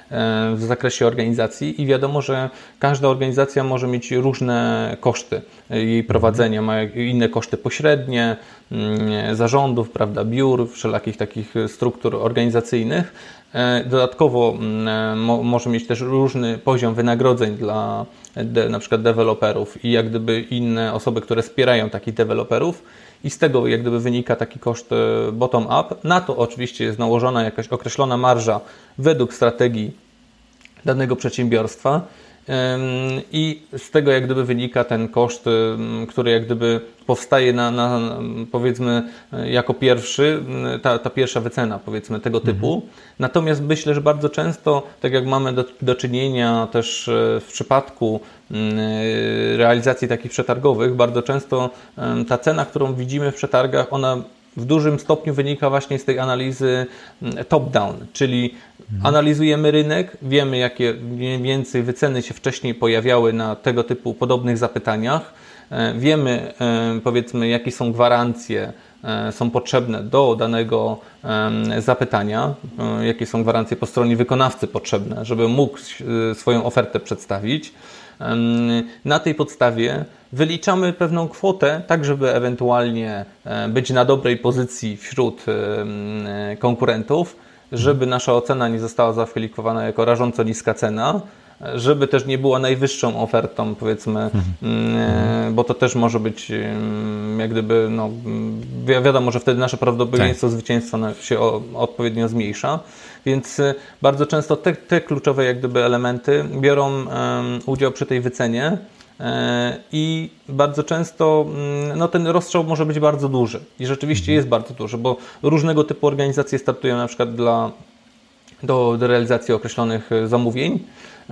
B: w zakresie organizacji i wiadomo, że każda organizacja może mieć różne koszty jej prowadzenia, ma inne koszty pośrednie, zarządów, prawda, biur, wszelakich takich struktur organizacyjnych. Dodatkowo może mieć też różny poziom wynagrodzeń dla de, na przykład deweloperów i jak gdyby inne osoby, które wspierają takich deweloperów i z tego jak gdyby wynika taki koszt bottom-up. Na to oczywiście jest nałożona jakaś określona marża według strategii danego przedsiębiorstwa i z tego jak gdyby wynika ten koszt, który jak gdyby powstaje na, na powiedzmy jako pierwszy, ta, ta pierwsza wycena powiedzmy tego typu. Mhm. Natomiast myślę, że bardzo często, tak jak mamy do, do czynienia też w przypadku realizacji takich przetargowych, bardzo często ta cena, którą widzimy w przetargach, ona w dużym stopniu wynika właśnie z tej analizy top-down, czyli mhm. analizujemy rynek, wiemy jakie mniej więcej wyceny się wcześniej pojawiały na tego typu podobnych zapytaniach, wiemy powiedzmy jakie są gwarancje są potrzebne do danego zapytania, jakie są gwarancje po stronie wykonawcy potrzebne, żeby mógł swoją ofertę przedstawić. Na tej podstawie wyliczamy pewną kwotę, tak żeby ewentualnie być na dobrej pozycji wśród konkurentów, żeby nasza ocena nie została zakwalifikowana jako rażąco niska cena, żeby też nie była najwyższą ofertą, powiedzmy, mhm. bo to też może być jak gdyby, no, wiadomo, że wtedy nasze prawdopodobieństwo tak. zwycięstwa się odpowiednio zmniejsza, więc bardzo często te, te kluczowe jak gdyby elementy biorą um, udział przy tej wycenie i bardzo często no, ten rozstrzał może być bardzo duży i rzeczywiście mhm. jest bardzo duży, bo różnego typu organizacje startują na przykład dla, do, do realizacji określonych zamówień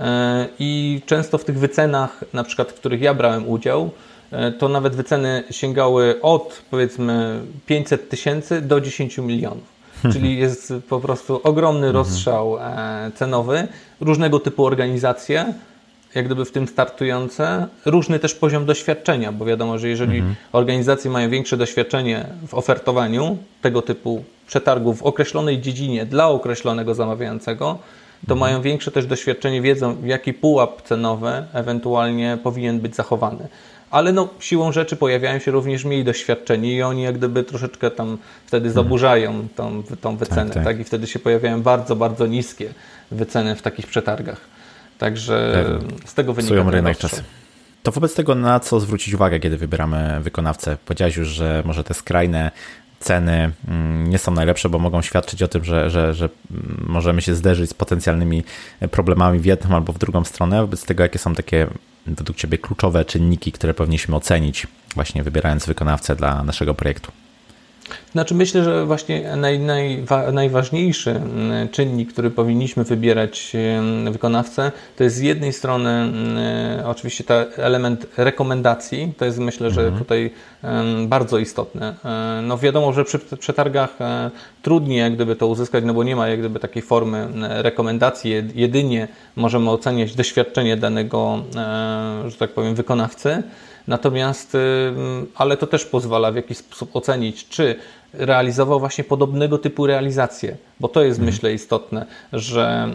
B: i często w tych wycenach, na przykład w których ja brałem udział, to nawet wyceny sięgały od powiedzmy pięćset tysięcy do dziesięć milionów. Czyli jest po prostu ogromny rozstrzał cenowy, różnego typu organizacje, jak gdyby w tym startujące, różny też poziom doświadczenia, bo wiadomo, że jeżeli mhm. organizacje mają większe doświadczenie w ofertowaniu tego typu przetargów w określonej dziedzinie dla określonego zamawiającego, to mhm. mają większe też doświadczenie, wiedzą jaki pułap cenowy ewentualnie powinien być zachowany. Ale no, siłą rzeczy pojawiają się również mniej doświadczeni i oni jak gdyby troszeczkę tam wtedy zaburzają tą, tą wycenę, tak, tak. tak? I wtedy się pojawiają bardzo, bardzo niskie wyceny w takich przetargach. Także tak. z tego wynika
A: rynek czasem. To wobec tego na co zwrócić uwagę, kiedy wybieramy wykonawcę? Powiedziałeś już, że może te skrajne ceny nie są najlepsze, bo mogą świadczyć o tym, że, że, że możemy się zderzyć z potencjalnymi problemami w jedną albo w drugą stronę. Wobec tego, jakie są takie według Ciebie kluczowe czynniki, które powinniśmy ocenić właśnie wybierając wykonawcę dla naszego projektu?
B: Znaczy myślę, że właśnie naj, naj, najważniejszy czynnik, który powinniśmy wybierać wykonawcę, to jest z jednej strony oczywiście ten element rekomendacji, to jest myślę, że mhm. tutaj bardzo istotne. No wiadomo, że przy przetargach trudniej jak gdyby to uzyskać, no bo nie ma jak gdyby takiej formy rekomendacji, jedynie możemy oceniać doświadczenie danego, że tak powiem, wykonawcy. Natomiast, ale to też pozwala w jakiś sposób ocenić, czy realizował właśnie podobnego typu realizacje, bo to jest, myślę, istotne, że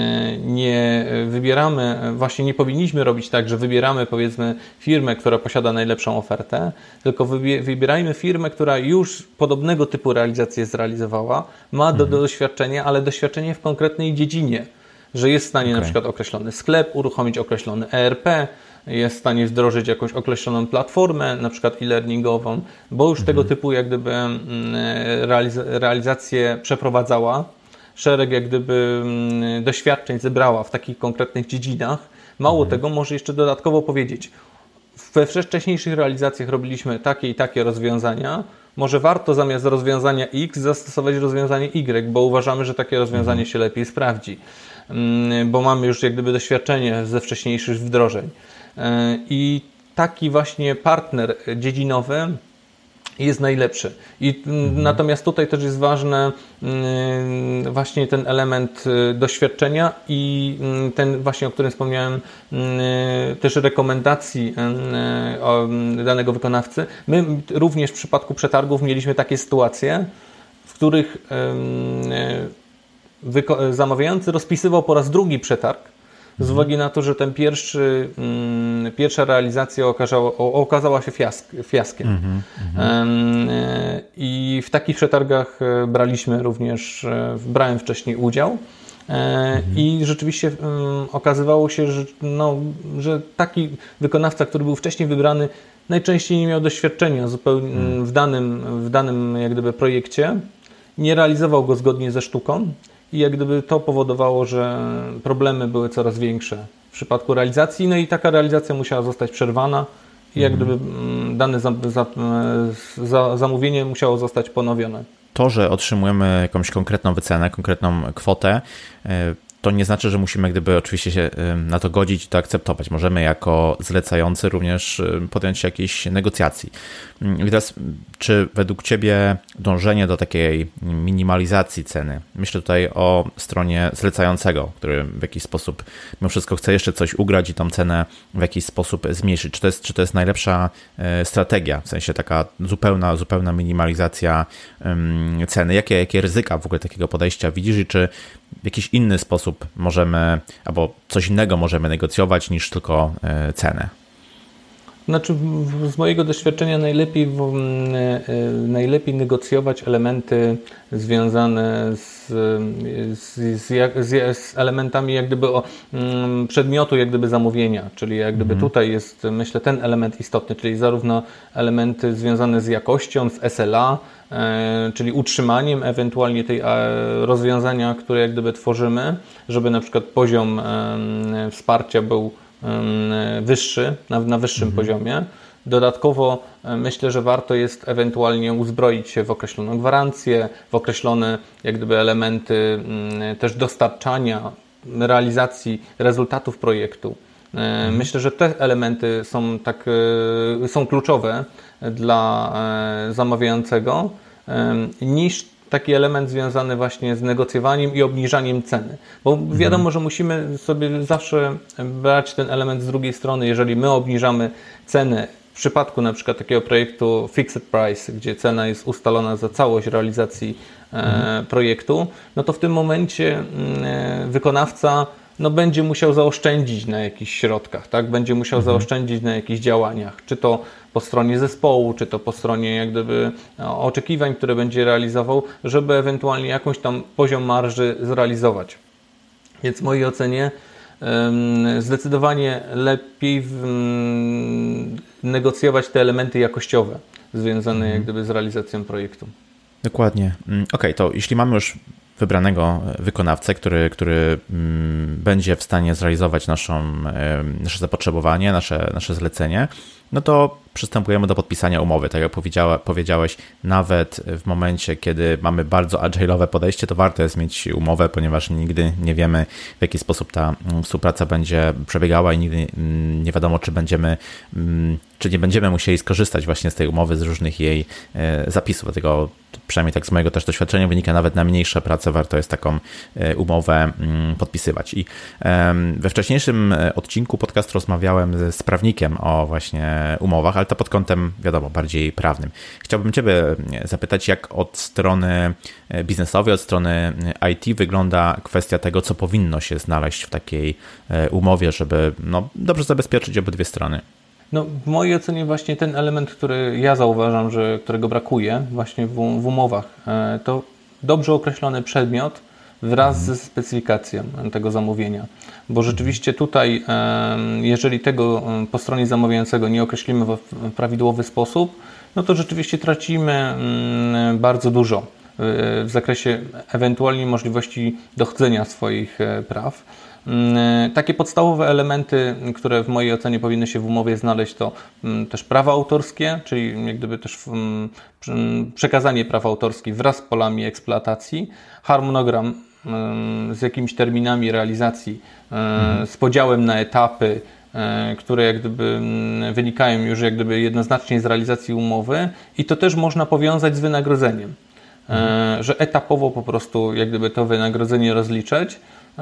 B: nie wybieramy, właśnie nie powinniśmy robić tak, że wybieramy, powiedzmy, firmę, która posiada najlepszą ofertę, tylko wybierajmy firmę, która już podobnego typu realizację zrealizowała, ma do, do doświadczenia, ale doświadczenie w konkretnej dziedzinie, że jest w stanie okay. na przykład określony sklep, uruchomić określony E R P, jest w stanie wdrożyć jakąś określoną platformę, na przykład e-learningową, bo już mhm. tego typu jak gdyby realiz- realizację przeprowadzała, szereg jak gdyby doświadczeń zebrała w takich konkretnych dziedzinach. Mało mhm. tego, może jeszcze dodatkowo powiedzieć, we wcześniejszych realizacjach robiliśmy takie i takie rozwiązania, może warto zamiast rozwiązania X zastosować rozwiązanie Y, bo uważamy, że takie rozwiązanie mhm. się lepiej sprawdzi, bo mamy już jak gdyby doświadczenie ze wcześniejszych wdrożeń. I taki właśnie partner dziedzinowy jest najlepszy. I mhm. natomiast tutaj też jest ważny właśnie ten element doświadczenia i ten właśnie, o którym wspomniałem, też rekomendacji danego wykonawcy. My również w przypadku przetargów mieliśmy takie sytuacje, w których zamawiający rozpisywał po raz drugi przetarg, z uwagi na to, że ten pierwszy, mm, pierwsza realizacja okazała, okazała się fiask, fiaskiem. Mm-hmm, mm-hmm. I w takich przetargach braliśmy również, brałem wcześniej udział. Mm-hmm. I rzeczywiście um, okazywało się, że, no, że taki wykonawca, który był wcześniej wybrany, najczęściej nie miał doświadczenia zupełnie mm. w danym, w danym jak gdyby projekcie, nie realizował go zgodnie ze sztuką. I jak gdyby to powodowało, że problemy były coraz większe w przypadku realizacji, no i taka realizacja musiała zostać przerwana i jak gdyby dane za, za, za, zamówienie musiało zostać ponowione.
A: To, że otrzymujemy jakąś konkretną wycenę, konkretną kwotę, to nie znaczy, że musimy gdyby oczywiście się na to godzić i to akceptować. Możemy jako zlecający również podjąć się jakiejś negocjacji. I teraz, czy według Ciebie dążenie do takiej minimalizacji ceny, myślę tutaj o stronie zlecającego, który w jakiś sposób mimo wszystko chce jeszcze coś ugrać i tą cenę w jakiś sposób zmniejszyć. Czy to jest, czy to jest najlepsza strategia, w sensie taka zupełna, zupełna minimalizacja ceny? Jakie, jakie ryzyka w ogóle takiego podejścia widzisz i czy w jakiś inny sposób możemy, albo coś innego możemy negocjować niż tylko cenę?
B: Znaczy, z mojego doświadczenia najlepiej, najlepiej negocjować elementy związane z, z, z, z elementami jak gdyby o, przedmiotu jak gdyby zamówienia, czyli jak gdyby mhm. tutaj jest, myślę, ten element istotny, czyli zarówno elementy związane z jakością, z S L A, czyli utrzymaniem ewentualnie tej rozwiązania, które jak gdyby tworzymy, żeby na przykład poziom wsparcia był wyższy, na, na wyższym mhm. poziomie. Dodatkowo myślę, że warto jest ewentualnie uzbroić się w określoną gwarancję, w określone jak gdyby elementy też dostarczania, realizacji rezultatów projektu. Mhm. Myślę, że te elementy są, tak, są kluczowe dla zamawiającego niż taki element związany właśnie z negocjowaniem i obniżaniem ceny. Bo wiadomo, mhm. że musimy sobie zawsze brać ten element z drugiej strony. Jeżeli my obniżamy cenę w przypadku na przykład takiego projektu fixed price, gdzie cena jest ustalona za całość realizacji mhm. e, projektu, no to w tym momencie e, wykonawca no, będzie musiał zaoszczędzić na jakichś środkach, tak? Będzie musiał mhm. zaoszczędzić na jakichś działaniach, czy to po stronie zespołu, czy to po stronie jak gdyby oczekiwań, które będzie realizował, żeby ewentualnie jakąś tam poziom marży zrealizować. Więc w mojej ocenie zdecydowanie lepiej negocjować te elementy jakościowe związane mhm. jak gdyby z realizacją projektu.
A: Dokładnie. Okej, okay, to jeśli mamy już wybranego wykonawcę, który, który będzie w stanie zrealizować naszą, nasze zapotrzebowanie, nasze, nasze zlecenie, no to przystępujemy do podpisania umowy. Tak jak powiedziała, powiedziałeś, nawet w momencie, kiedy mamy bardzo agile'owe podejście, to warto jest mieć umowę, ponieważ nigdy nie wiemy, w jaki sposób ta współpraca będzie przebiegała i nigdy nie wiadomo, czy będziemy, czy nie będziemy musieli skorzystać właśnie z tej umowy, z różnych jej zapisów. Dlatego przynajmniej tak z mojego też doświadczenia wynika, nawet na mniejsze prace warto jest taką umowę podpisywać. I we wcześniejszym odcinku podcastu rozmawiałem z prawnikiem o właśnie umowach, ale to pod kątem, wiadomo, bardziej prawnym. Chciałbym Ciebie zapytać, jak od strony biznesowej, od strony I T wygląda kwestia tego, co powinno się znaleźć w takiej umowie, żeby no, dobrze zabezpieczyć obydwie strony.
B: No, w mojej ocenie właśnie ten element, który ja zauważam, że którego brakuje właśnie w, w umowach, to dobrze określony przedmiot wraz ze specyfikacją tego zamówienia. Bo rzeczywiście tutaj, jeżeli tego po stronie zamawiającego nie określimy w prawidłowy sposób, no to rzeczywiście tracimy bardzo dużo w zakresie ewentualnie możliwości dochodzenia swoich praw. Takie podstawowe elementy, które w mojej ocenie powinny się w umowie znaleźć, to też prawa autorskie, czyli jak gdyby też przekazanie praw autorskich wraz z polami eksploatacji, harmonogram z jakimiś terminami realizacji, mhm. z podziałem na etapy, które jak gdyby wynikają już jak gdyby jednoznacznie z realizacji umowy i to też można powiązać z wynagrodzeniem, mhm. że etapowo po prostu jak gdyby to wynagrodzenie rozliczać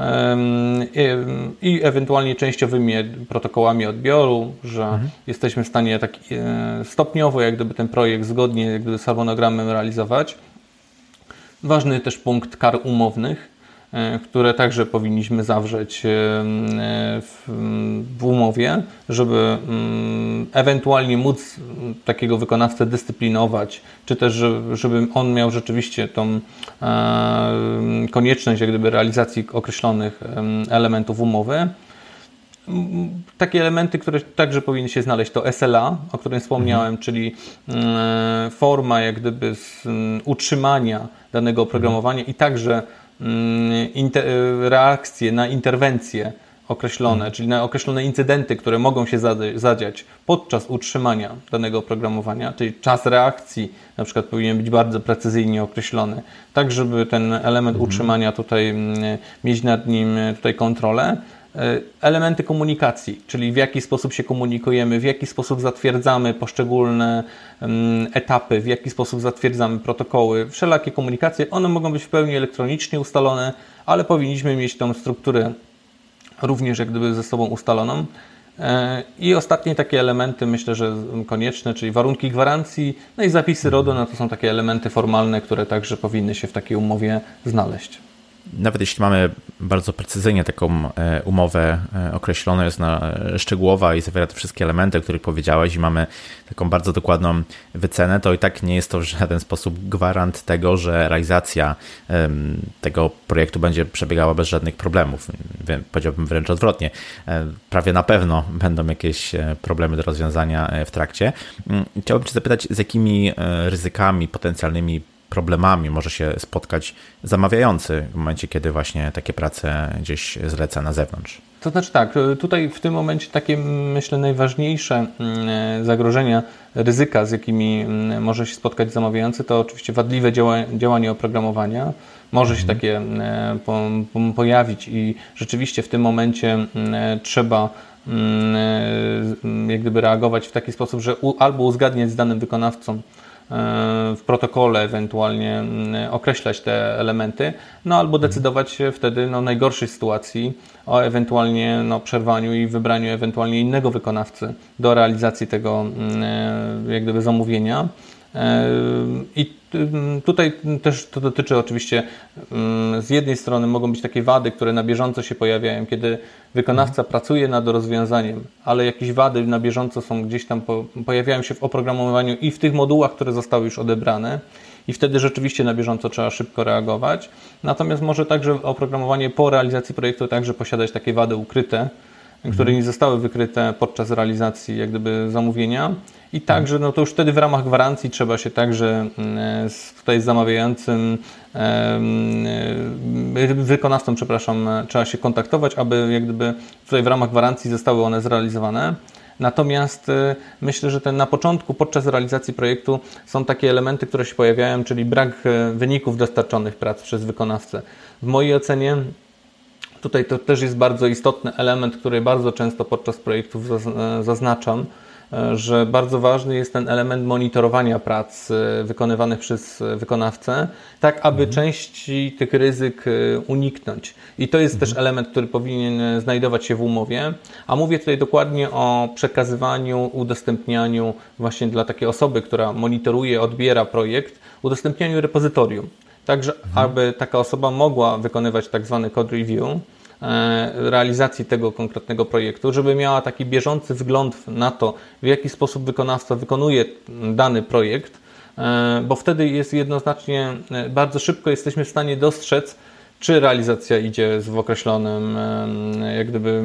B: i ewentualnie częściowymi protokołami odbioru, że mhm. jesteśmy w stanie tak stopniowo jak gdyby ten projekt zgodnie jak gdyby z harmonogramem realizować. Ważny też punkt kar umownych, które także powinniśmy zawrzeć w, w umowie, żeby ewentualnie móc takiego wykonawcę dyscyplinować, czy też żeby on miał rzeczywiście tą konieczność jak gdyby realizacji określonych elementów umowy. Takie elementy, które także powinny się znaleźć, to S L A, o którym wspomniałem, mhm. czyli forma jak gdyby z utrzymania danego oprogramowania mhm. i także Inter, reakcje na interwencje określone, hmm. czyli na określone incydenty, które mogą się zadziać podczas utrzymania danego oprogramowania, czyli czas reakcji na przykład powinien być bardzo precyzyjnie określony, tak żeby ten element hmm. utrzymania tutaj mieć nad nim tutaj kontrolę. Elementy komunikacji, czyli w jaki sposób się komunikujemy, w jaki sposób zatwierdzamy poszczególne etapy, w jaki sposób zatwierdzamy protokoły, wszelakie komunikacje, one mogą być w pełni elektronicznie ustalone, ale powinniśmy mieć tą strukturę również jak gdyby ze sobą ustaloną. I ostatnie takie elementy, myślę, że konieczne, czyli warunki gwarancji, no i zapisy RODO, no to są takie elementy formalne, które także powinny się w takiej umowie znaleźć.
A: Nawet jeśli mamy bardzo precyzyjnie taką umowę określoną, jest ona szczegółowa i zawiera te wszystkie elementy, o których powiedziałeś i mamy taką bardzo dokładną wycenę, to i tak nie jest to w żaden sposób gwarant tego, że realizacja tego projektu będzie przebiegała bez żadnych problemów. Powiedziałbym wręcz odwrotnie. Prawie na pewno będą jakieś problemy do rozwiązania w trakcie. Chciałbym Cię zapytać, z jakimi ryzykami potencjalnymi problemami może się spotkać zamawiający w momencie, kiedy właśnie takie prace gdzieś zleca na zewnątrz?
B: To znaczy tak, tutaj w tym momencie takie, myślę, najważniejsze zagrożenia, ryzyka, z jakimi może się spotkać zamawiający, to oczywiście wadliwe działa, działanie oprogramowania. Może się takie po, po, pojawić i rzeczywiście w tym momencie trzeba jak gdyby reagować w taki sposób, że u, albo uzgadniać z danym wykonawcą w protokole, ewentualnie określać te elementy, no albo decydować się wtedy no, w najgorszej sytuacji o ewentualnie no, przerwaniu i wybraniu ewentualnie innego wykonawcy do realizacji tego jak gdyby zamówienia. I tutaj też to dotyczy oczywiście, z jednej strony mogą być takie wady, które na bieżąco się pojawiają, kiedy wykonawca mhm. pracuje nad rozwiązaniem, ale jakieś wady na bieżąco są gdzieś tam, pojawiają się w oprogramowaniu i w tych modułach, które zostały już odebrane. i wtedy rzeczywiście na bieżąco trzeba szybko reagować. Natomiast może także oprogramowanie po realizacji projektu także posiadać takie wady ukryte, które nie zostały wykryte podczas realizacji jak gdyby zamówienia. I także, no to już wtedy w ramach gwarancji trzeba się także z, tutaj z zamawiającym, wykonawcą, przepraszam, trzeba się kontaktować, aby jak gdyby tutaj w ramach gwarancji zostały one zrealizowane. Natomiast myślę, że ten na początku, podczas realizacji projektu są takie elementy, które się pojawiają, czyli brak wyników dostarczonych prac przez wykonawcę. W mojej ocenie tutaj to też jest bardzo istotny element, który bardzo często podczas projektów zaznaczam, że bardzo ważny jest ten element monitorowania prac wykonywanych przez wykonawcę, tak aby mhm. części tych ryzyk uniknąć. I to jest mhm. też element, który powinien znajdować się w umowie, a mówię tutaj dokładnie o przekazywaniu, udostępnianiu właśnie dla takiej osoby, która monitoruje, odbiera projekt, udostępnianiu repozytorium. Także mhm. aby taka osoba mogła wykonywać tak zwany code review, realizacji tego konkretnego projektu, żeby miała taki bieżący wgląd na to, w jaki sposób wykonawca wykonuje dany projekt, bo wtedy jest jednoznacznie, bardzo szybko jesteśmy w stanie dostrzec, czy realizacja idzie w określonym jak gdyby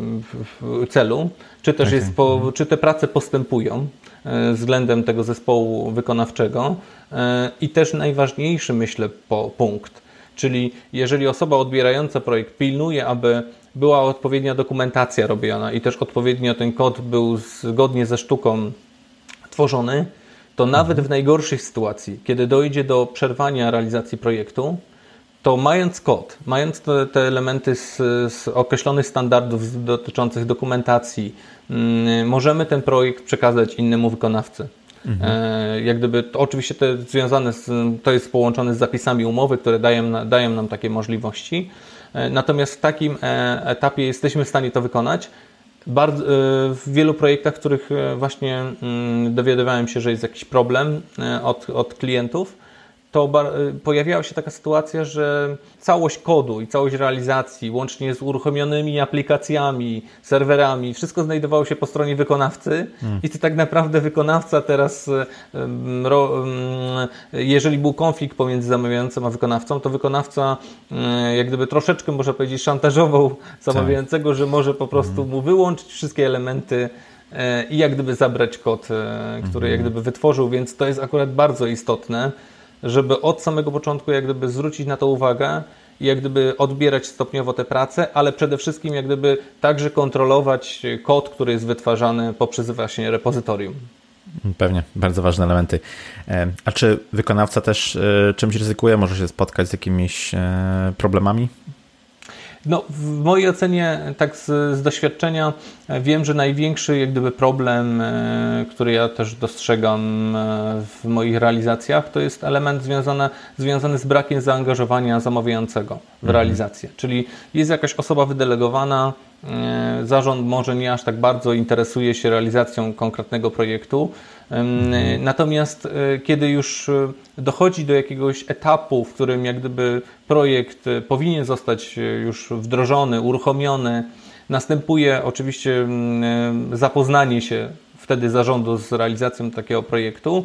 B: celu, czy też jest po, czy te prace postępują względem tego zespołu wykonawczego i też najważniejszy, myślę, po, punkt. Czyli jeżeli osoba odbierająca projekt pilnuje, aby była odpowiednia dokumentacja robiona i też odpowiednio ten kod był zgodnie ze sztuką tworzony, to nawet w najgorszej sytuacji, kiedy dojdzie do przerwania realizacji projektu, to mając kod, mając te, te elementy z, z określonych standardów dotyczących dokumentacji, mm, możemy ten projekt przekazać innemu wykonawcy. Mhm. E, jak gdyby, to oczywiście te związane z, to jest połączone z zapisami umowy, które dają, dają nam takie możliwości. E, natomiast w takim e, etapie jesteśmy w stanie to wykonać. Bardzo, e, w wielu projektach, w których właśnie mm, dowiadywałem się, że jest jakiś problem e, od, od klientów, to bar- pojawiała się taka sytuacja, że całość kodu i całość realizacji, łącznie z uruchomionymi aplikacjami, serwerami, wszystko znajdowało się po stronie wykonawcy hmm. i to tak naprawdę wykonawca teraz, ro, jeżeli był konflikt pomiędzy zamawiającym a wykonawcą, to wykonawca jak gdyby troszeczkę, można powiedzieć, szantażował zamawiającego, że może po prostu hmm. mu wyłączyć wszystkie elementy i jak gdyby zabrać kod, który hmm. jak gdyby wytworzył, więc to jest akurat bardzo istotne, żeby od samego początku jak gdyby zwrócić na to uwagę i jak gdyby odbierać stopniowo te prace, ale przede wszystkim jak gdyby także kontrolować kod, który jest wytwarzany poprzez właśnie repozytorium.
A: Pewnie, bardzo ważne elementy. A czy wykonawca też czymś ryzykuje? Może się spotkać z jakimiś problemami?
B: No, w mojej ocenie, tak z, z doświadczenia wiem, że największy jak gdyby problem, który ja też dostrzegam w moich realizacjach, to jest element związany, związany z brakiem zaangażowania zamawiającego w realizację. Czyli jest jakaś osoba wydelegowana, zarząd może nie aż tak bardzo interesuje się realizacją konkretnego projektu, natomiast kiedy już dochodzi do jakiegoś etapu, w którym jak gdyby projekt powinien zostać już wdrożony, uruchomiony, następuje oczywiście zapoznanie się wtedy zarządu z realizacją takiego projektu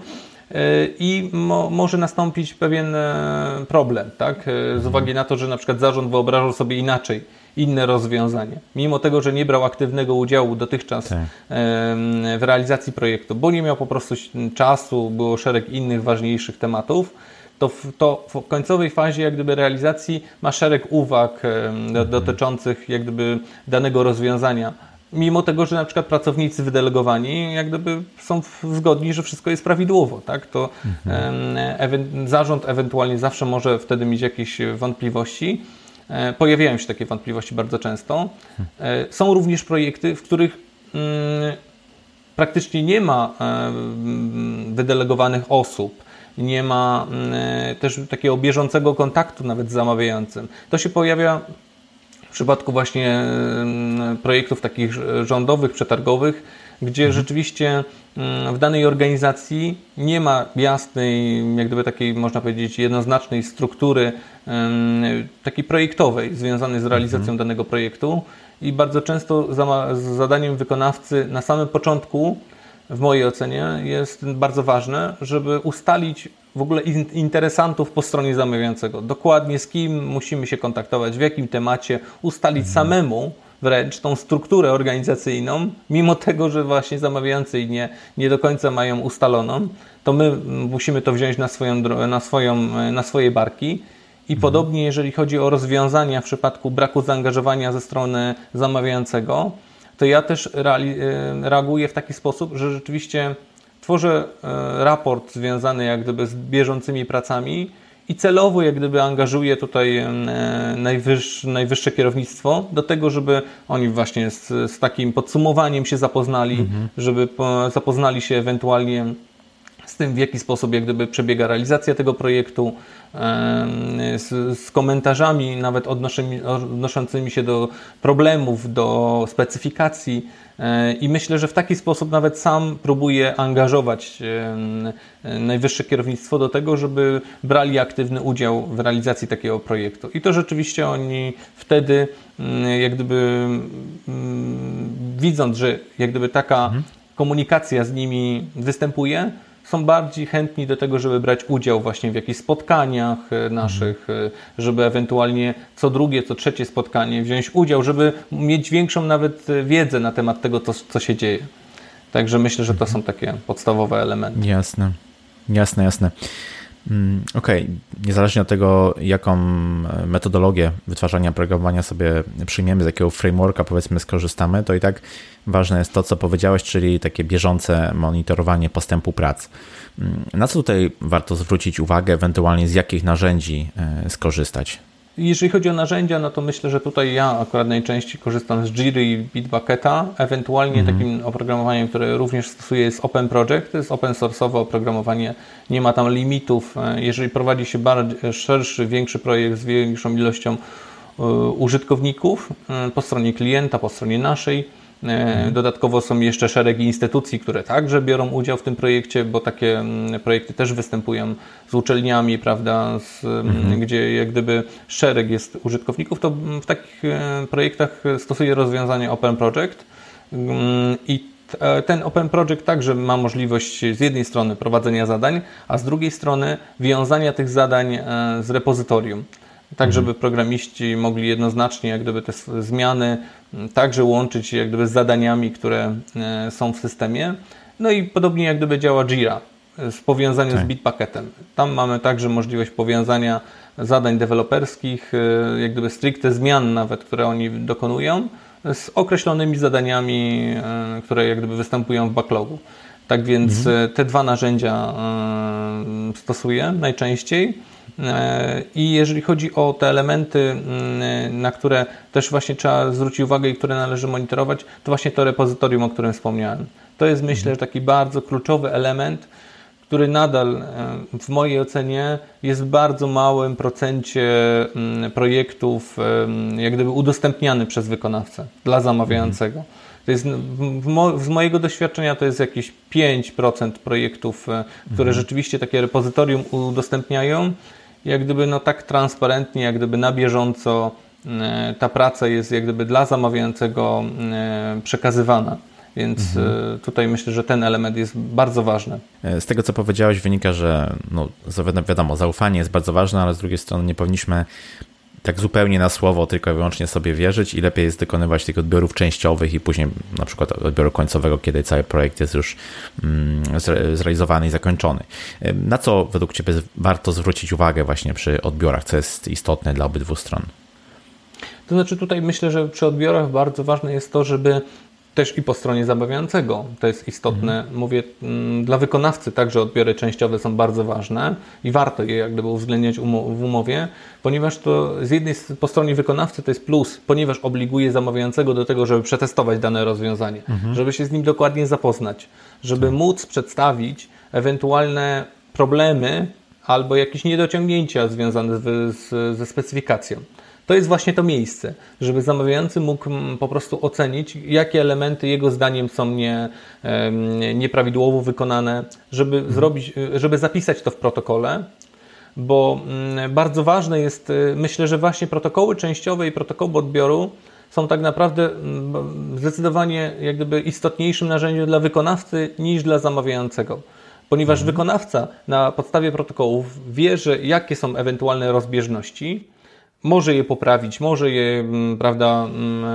B: i mo, może nastąpić pewien problem, tak? Z uwagi na to, że na przykład zarząd wyobrażał sobie inaczej inne rozwiązanie. Mimo tego, że nie brał aktywnego udziału dotychczas tak. w realizacji projektu, bo nie miał po prostu czasu, było szereg innych ważniejszych tematów, to w, to w końcowej fazie jak gdyby realizacji ma szereg uwag mhm. dotyczących jak gdyby danego rozwiązania. Mimo tego, że na przykład pracownicy wydelegowani jak gdyby są zgodni, że wszystko jest prawidłowo, tak? To mhm. ewe- zarząd ewentualnie zawsze może wtedy mieć jakieś wątpliwości. Pojawiają się takie wątpliwości bardzo często. Są również projekty, w których praktycznie nie ma wydelegowanych osób, nie ma też takiego bieżącego kontaktu nawet z zamawiającym. To się pojawia w przypadku właśnie projektów takich rządowych, przetargowych, gdzie mhm. rzeczywiście w danej organizacji nie ma jasnej, jak gdyby takiej, można powiedzieć, jednoznacznej struktury takiej projektowej związanej z realizacją mhm. danego projektu i bardzo często za, zadaniem wykonawcy na samym początku w mojej ocenie jest bardzo ważne, żeby ustalić w ogóle interesantów po stronie zamawiającego. Dokładnie z kim musimy się kontaktować, w jakim temacie, ustalić mhm. samemu wręcz tą strukturę organizacyjną, mimo tego, że właśnie zamawiający nie, nie do końca mają ustaloną, to my musimy to wziąć na, swoją, na, swoją, na swoje barki. I mhm. podobnie jeżeli chodzi o rozwiązania w przypadku braku zaangażowania ze strony zamawiającego, to ja też reaguję w taki sposób, że rzeczywiście tworzę raport związany jak gdyby z bieżącymi pracami i celowo jak gdyby angażuję tutaj najwyższe, najwyższe kierownictwo do tego, żeby oni właśnie z, z takim podsumowaniem się zapoznali, mhm. żeby po, zapoznali się ewentualnie z tym, w jaki sposób jak gdyby przebiega realizacja tego projektu, z, z komentarzami nawet odnoszącymi się do problemów, do specyfikacji i myślę, że w taki sposób nawet sam próbuję angażować najwyższe kierownictwo do tego, żeby brali aktywny udział w realizacji takiego projektu. I to rzeczywiście oni wtedy jak gdyby widząc, że jak gdyby taka mhm. komunikacja z nimi występuje, są bardziej chętni do tego, żeby brać udział właśnie w jakichś spotkaniach naszych, mhm. żeby ewentualnie co drugie, co trzecie spotkanie wziąć udział, żeby mieć większą nawet wiedzę na temat tego, co, co się dzieje. Także myślę, że to są takie podstawowe elementy.
A: Jasne, jasne, jasne. Okej, okay. Niezależnie od tego, jaką metodologię wytwarzania oprogramowania sobie przyjmiemy, z jakiego frameworka powiedzmy skorzystamy, to i tak ważne jest to, co powiedziałeś, czyli takie bieżące monitorowanie postępu prac. Na co tutaj warto zwrócić uwagę, ewentualnie z jakich narzędzi skorzystać?
B: Jeżeli chodzi o narzędzia, no to myślę, że tutaj ja akurat najczęściej korzystam z Jiry i Bitbucketa. Ewentualnie mhm. takim oprogramowaniem, które również stosuję, jest Open Project. To jest open source'owe oprogramowanie, nie ma tam limitów. Jeżeli prowadzi się bardziej, szerszy, większy projekt z większą ilością użytkowników po stronie klienta, po stronie naszej. Dodatkowo są jeszcze szereg instytucji, które także biorą udział w tym projekcie, bo takie projekty też występują z uczelniami, prawda, z, mhm. gdzie jak gdyby szereg jest użytkowników, to w takich projektach stosuje rozwiązanie Open Project i ten Open Project także ma możliwość z jednej strony prowadzenia zadań, a z drugiej strony wiązania tych zadań z repozytorium. Tak, żeby programiści mogli jednoznacznie jak gdyby te zmiany także łączyć jak gdyby z zadaniami, które są w systemie. No i podobnie jak gdyby działa Jira w powiązaniu tak. z Bitbucketem. Tam mamy także możliwość powiązania zadań deweloperskich, jak gdyby stricte zmian nawet, które oni dokonują, z określonymi zadaniami, które jak gdyby występują w backlogu. Tak więc mhm. te dwa narzędzia stosuję najczęściej. I jeżeli chodzi o te elementy, na które też właśnie trzeba zwrócić uwagę i które należy monitorować, to właśnie to repozytorium, o którym wspomniałem. To jest myślę, że taki bardzo kluczowy element, który nadal w mojej ocenie jest w bardzo małym procencie projektów jak gdyby udostępniany przez wykonawcę dla zamawiającego. To jest, z mojego doświadczenia to jest jakieś pięć procent projektów, które mhm. rzeczywiście takie repozytorium udostępniają. Jak gdyby no tak transparentnie, jak gdyby na bieżąco ta praca jest jak gdyby dla zamawiającego przekazywana. Więc mhm. tutaj myślę, że ten element jest bardzo ważny.
A: Z tego, co powiedziałeś, wynika, że no, wiadomo, zaufanie jest bardzo ważne, ale z drugiej strony nie powinniśmy tak zupełnie na słowo tylko i wyłącznie sobie wierzyć i lepiej jest dokonywać tych odbiorów częściowych i później na przykład odbioru końcowego, kiedy cały projekt jest już zrealizowany i zakończony. Na co według Ciebie warto zwrócić uwagę właśnie przy odbiorach, co jest istotne dla obydwu stron?
B: To znaczy tutaj myślę, że przy odbiorach bardzo ważne jest to, żeby też i po stronie zamawiającego to jest istotne. Mhm. Mówię, m, dla wykonawcy także odbiory częściowe są bardzo ważne i warto je jak gdyby uwzględniać umo- w umowie, ponieważ to z jednej po stronie wykonawcy to jest plus, ponieważ obliguje zamawiającego do tego, żeby przetestować dane rozwiązanie, mhm. żeby się z nim dokładnie zapoznać, żeby tak. móc przedstawić ewentualne problemy albo jakieś niedociągnięcia związane z, z, ze specyfikacją. To jest właśnie to miejsce, żeby zamawiający mógł po prostu ocenić, jakie elementy jego zdaniem są nie, nieprawidłowo wykonane, żeby mhm. zrobić, żeby zapisać to w protokole, bo bardzo ważne jest, myślę, że właśnie protokoły częściowe i protokoły odbioru są tak naprawdę zdecydowanie jak gdyby istotniejszym narzędziem dla wykonawcy niż dla zamawiającego. Ponieważ mhm. wykonawca na podstawie protokołów wie, że jakie są ewentualne rozbieżności, może je poprawić, może je, prawda,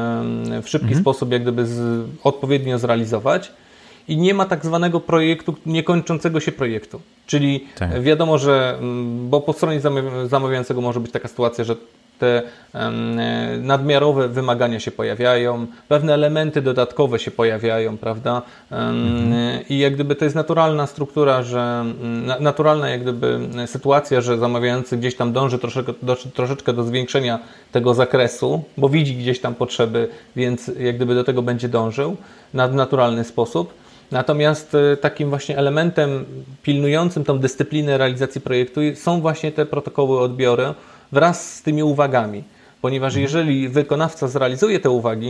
B: w szybki mhm. sposób jak gdyby z, odpowiednio zrealizować i nie ma tak zwanego projektu, niekończącego się projektu. Czyli tak. wiadomo, że, bo po stronie zamawiającego może być taka sytuacja, że te um, nadmiarowe wymagania się pojawiają, pewne elementy dodatkowe się pojawiają, prawda? Um, mhm. I jak gdyby to jest naturalna struktura, że na, naturalna jak gdyby sytuacja, że zamawiający gdzieś tam dąży troszeczkę do, troszeczkę do zwiększenia tego zakresu, bo widzi gdzieś tam potrzeby, więc jak gdyby do tego będzie dążył na naturalny sposób. Natomiast takim właśnie elementem pilnującym tą dyscyplinę realizacji projektu są właśnie te protokoły odbioru wraz z tymi uwagami, ponieważ mhm. jeżeli wykonawca zrealizuje te uwagi,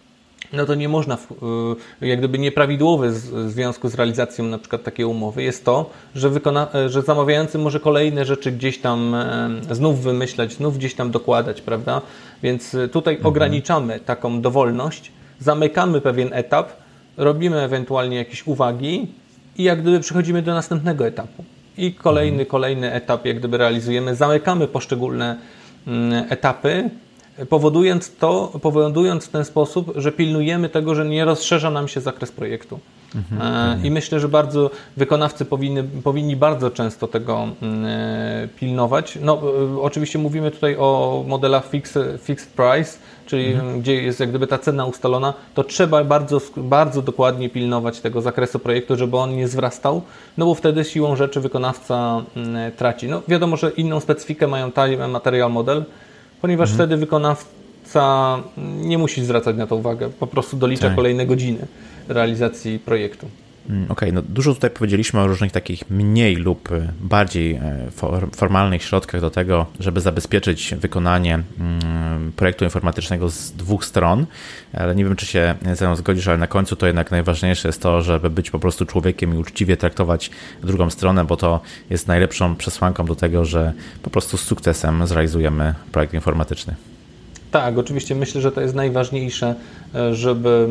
B: no to nie można, jak gdyby nieprawidłowy w związku z realizacją na przykład takiej umowy jest to, że, wykona, że zamawiający może kolejne rzeczy gdzieś tam znów wymyślać, znów gdzieś tam dokładać, prawda? Więc tutaj mhm. ograniczamy taką dowolność, zamykamy pewien etap, robimy ewentualnie jakieś uwagi i jak gdyby przechodzimy do następnego etapu. I kolejny, mhm. kolejny etap jak gdyby realizujemy, zamykamy poszczególne mm, etapy, powodując to, powodując w ten sposób, że pilnujemy tego, że nie rozszerza nam się zakres projektu. Mhm, e, I myślę, że bardzo wykonawcy powinny, powinni bardzo często tego e, pilnować. No, e, oczywiście mówimy tutaj o modelach fixed, fixed price, czyli mhm. gdzie jest jak gdyby ta cena ustalona, to trzeba bardzo, bardzo dokładnie pilnować tego zakresu projektu, żeby on nie zwrastał, no bo wtedy siłą rzeczy wykonawca e, traci. No, wiadomo, że inną specyfikę mają time and material model, ponieważ mhm. wtedy wykonawca nie musi zwracać na to uwagę, po prostu dolicza tak. kolejne godziny realizacji projektu.
A: Okej, okay, no dużo tutaj powiedzieliśmy o różnych takich mniej lub bardziej formalnych środkach do tego, żeby zabezpieczyć wykonanie projektu informatycznego z dwóch stron, ale nie wiem, czy się ze mną zgodzisz, ale na końcu to jednak najważniejsze jest to, żeby być po prostu człowiekiem i uczciwie traktować drugą stronę, bo to jest najlepszą przesłanką do tego, że po prostu z sukcesem zrealizujemy projekt informatyczny.
B: Tak, oczywiście myślę, że to jest najważniejsze, żeby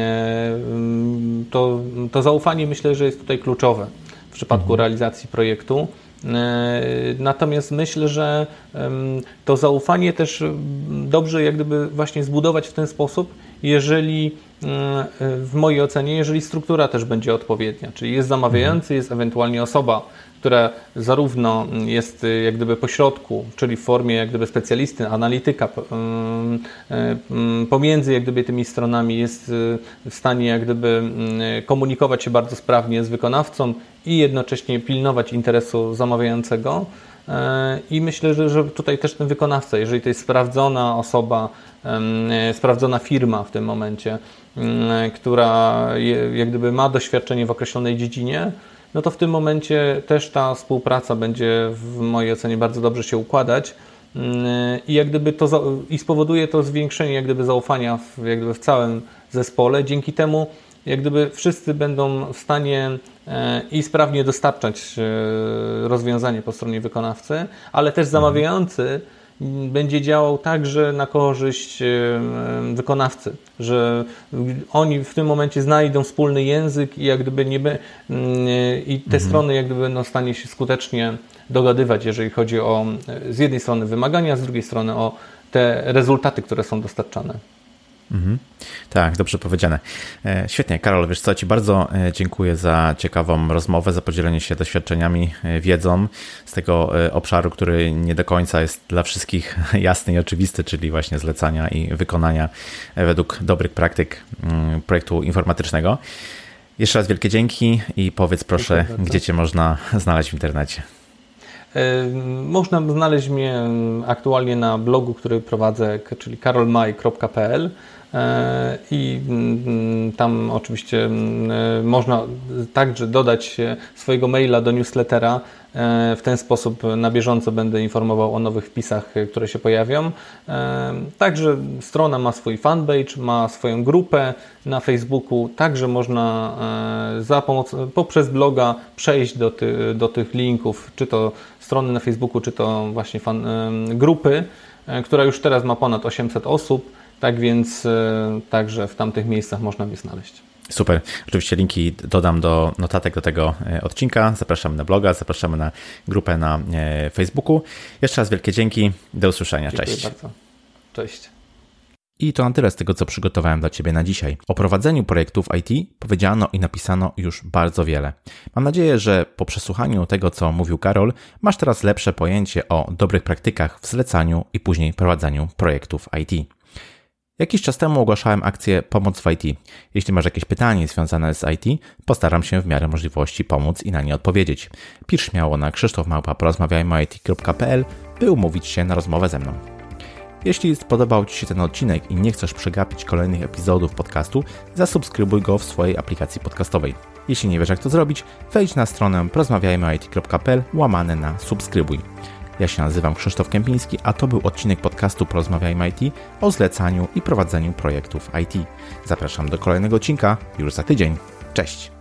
B: to, to zaufanie myślę, że jest tutaj kluczowe w przypadku mhm. realizacji projektu. Natomiast myślę, że to zaufanie też dobrze jak gdyby właśnie zbudować w ten sposób, jeżeli w mojej ocenie, jeżeli struktura też będzie odpowiednia, czyli jest zamawiający, jest ewentualnie osoba, która zarówno jest jak gdyby pośrodku, czyli w formie jak gdyby specjalisty, analityka, pomiędzy jak gdyby tymi stronami jest w stanie jak gdyby komunikować się bardzo sprawnie z wykonawcą i jednocześnie pilnować interesu zamawiającego. I myślę, że, że tutaj też ten wykonawca, jeżeli to jest sprawdzona osoba, sprawdzona firma w tym momencie, która jak gdyby ma doświadczenie w określonej dziedzinie, no to w tym momencie też ta współpraca będzie w mojej ocenie bardzo dobrze się układać i jak gdyby to i spowoduje to zwiększenie jak gdyby zaufania w, jak gdyby w całym zespole. Dzięki temu jak gdyby wszyscy będą w stanie i sprawnie dostarczać rozwiązanie po stronie wykonawcy, ale też zamawiający będzie działał także na korzyść wykonawcy, że oni w tym momencie znajdą wspólny język i jak gdyby nie be, i te mhm. strony jak gdyby będą w stanie się skutecznie dogadywać, jeżeli chodzi o z jednej strony wymagania, a z drugiej strony o te rezultaty, które są dostarczane.
A: Mhm. Tak, dobrze powiedziane. Świetnie, Karol, wiesz co, Ci bardzo dziękuję za ciekawą rozmowę, za podzielenie się doświadczeniami, wiedzą z tego obszaru, który nie do końca jest dla wszystkich jasny i oczywisty, czyli właśnie zlecania i wykonania według dobrych praktyk projektu informatycznego. Jeszcze raz wielkie dzięki i powiedz proszę, gdzie Cię można znaleźć w internecie.
B: Można znaleźć mnie aktualnie na blogu, który prowadzę, czyli karol maj kropka p l i tam oczywiście można także dodać swojego maila do newslettera. W ten sposób na bieżąco będę informował o nowych wpisach, które się pojawią. Także strona ma swój fanpage, ma swoją grupę na Facebooku. Także można za pomocą, poprzez bloga przejść do, ty, do tych linków, czy to strony na Facebooku, czy to właśnie fan, grupy, która już teraz ma ponad osiemset osób. Tak więc także w tamtych miejscach można mnie znaleźć.
A: Super. Oczywiście linki dodam do notatek do tego odcinka. Zapraszamy na bloga, zapraszamy na grupę na Facebooku. Jeszcze raz wielkie dzięki. Do usłyszenia.
B: Dziękuję
A: Cześć.
B: bardzo. Cześć.
A: I to na tyle z tego, co przygotowałem dla Ciebie na dzisiaj. O prowadzeniu projektów I T powiedziano i napisano już bardzo wiele. Mam nadzieję, że po przesłuchaniu tego, co mówił Karol, masz teraz lepsze pojęcie o dobrych praktykach w zlecaniu i później prowadzeniu projektów I T. Jakiś czas temu ogłaszałem akcję Pomoc w I T. Jeśli masz jakieś pytanie związane z I T, postaram się w miarę możliwości pomóc i na nie odpowiedzieć. Pisz śmiało na krzysztof małpa porozmawiajmy o I T kropka p l, by umówić się na rozmowę ze mną. Jeśli spodobał Ci się ten odcinek i nie chcesz przegapić kolejnych epizodów podcastu, zasubskrybuj go w swojej aplikacji podcastowej. Jeśli nie wiesz, jak to zrobić, wejdź na stronę porozmawiajmy o I T kropka p l łamane na subskrybuj. Ja się nazywam Krzysztof Kępiński, a to był odcinek podcastu Porozmawiajmy I T o zlecaniu i prowadzeniu projektów I T. Zapraszam do kolejnego odcinka już za tydzień. Cześć!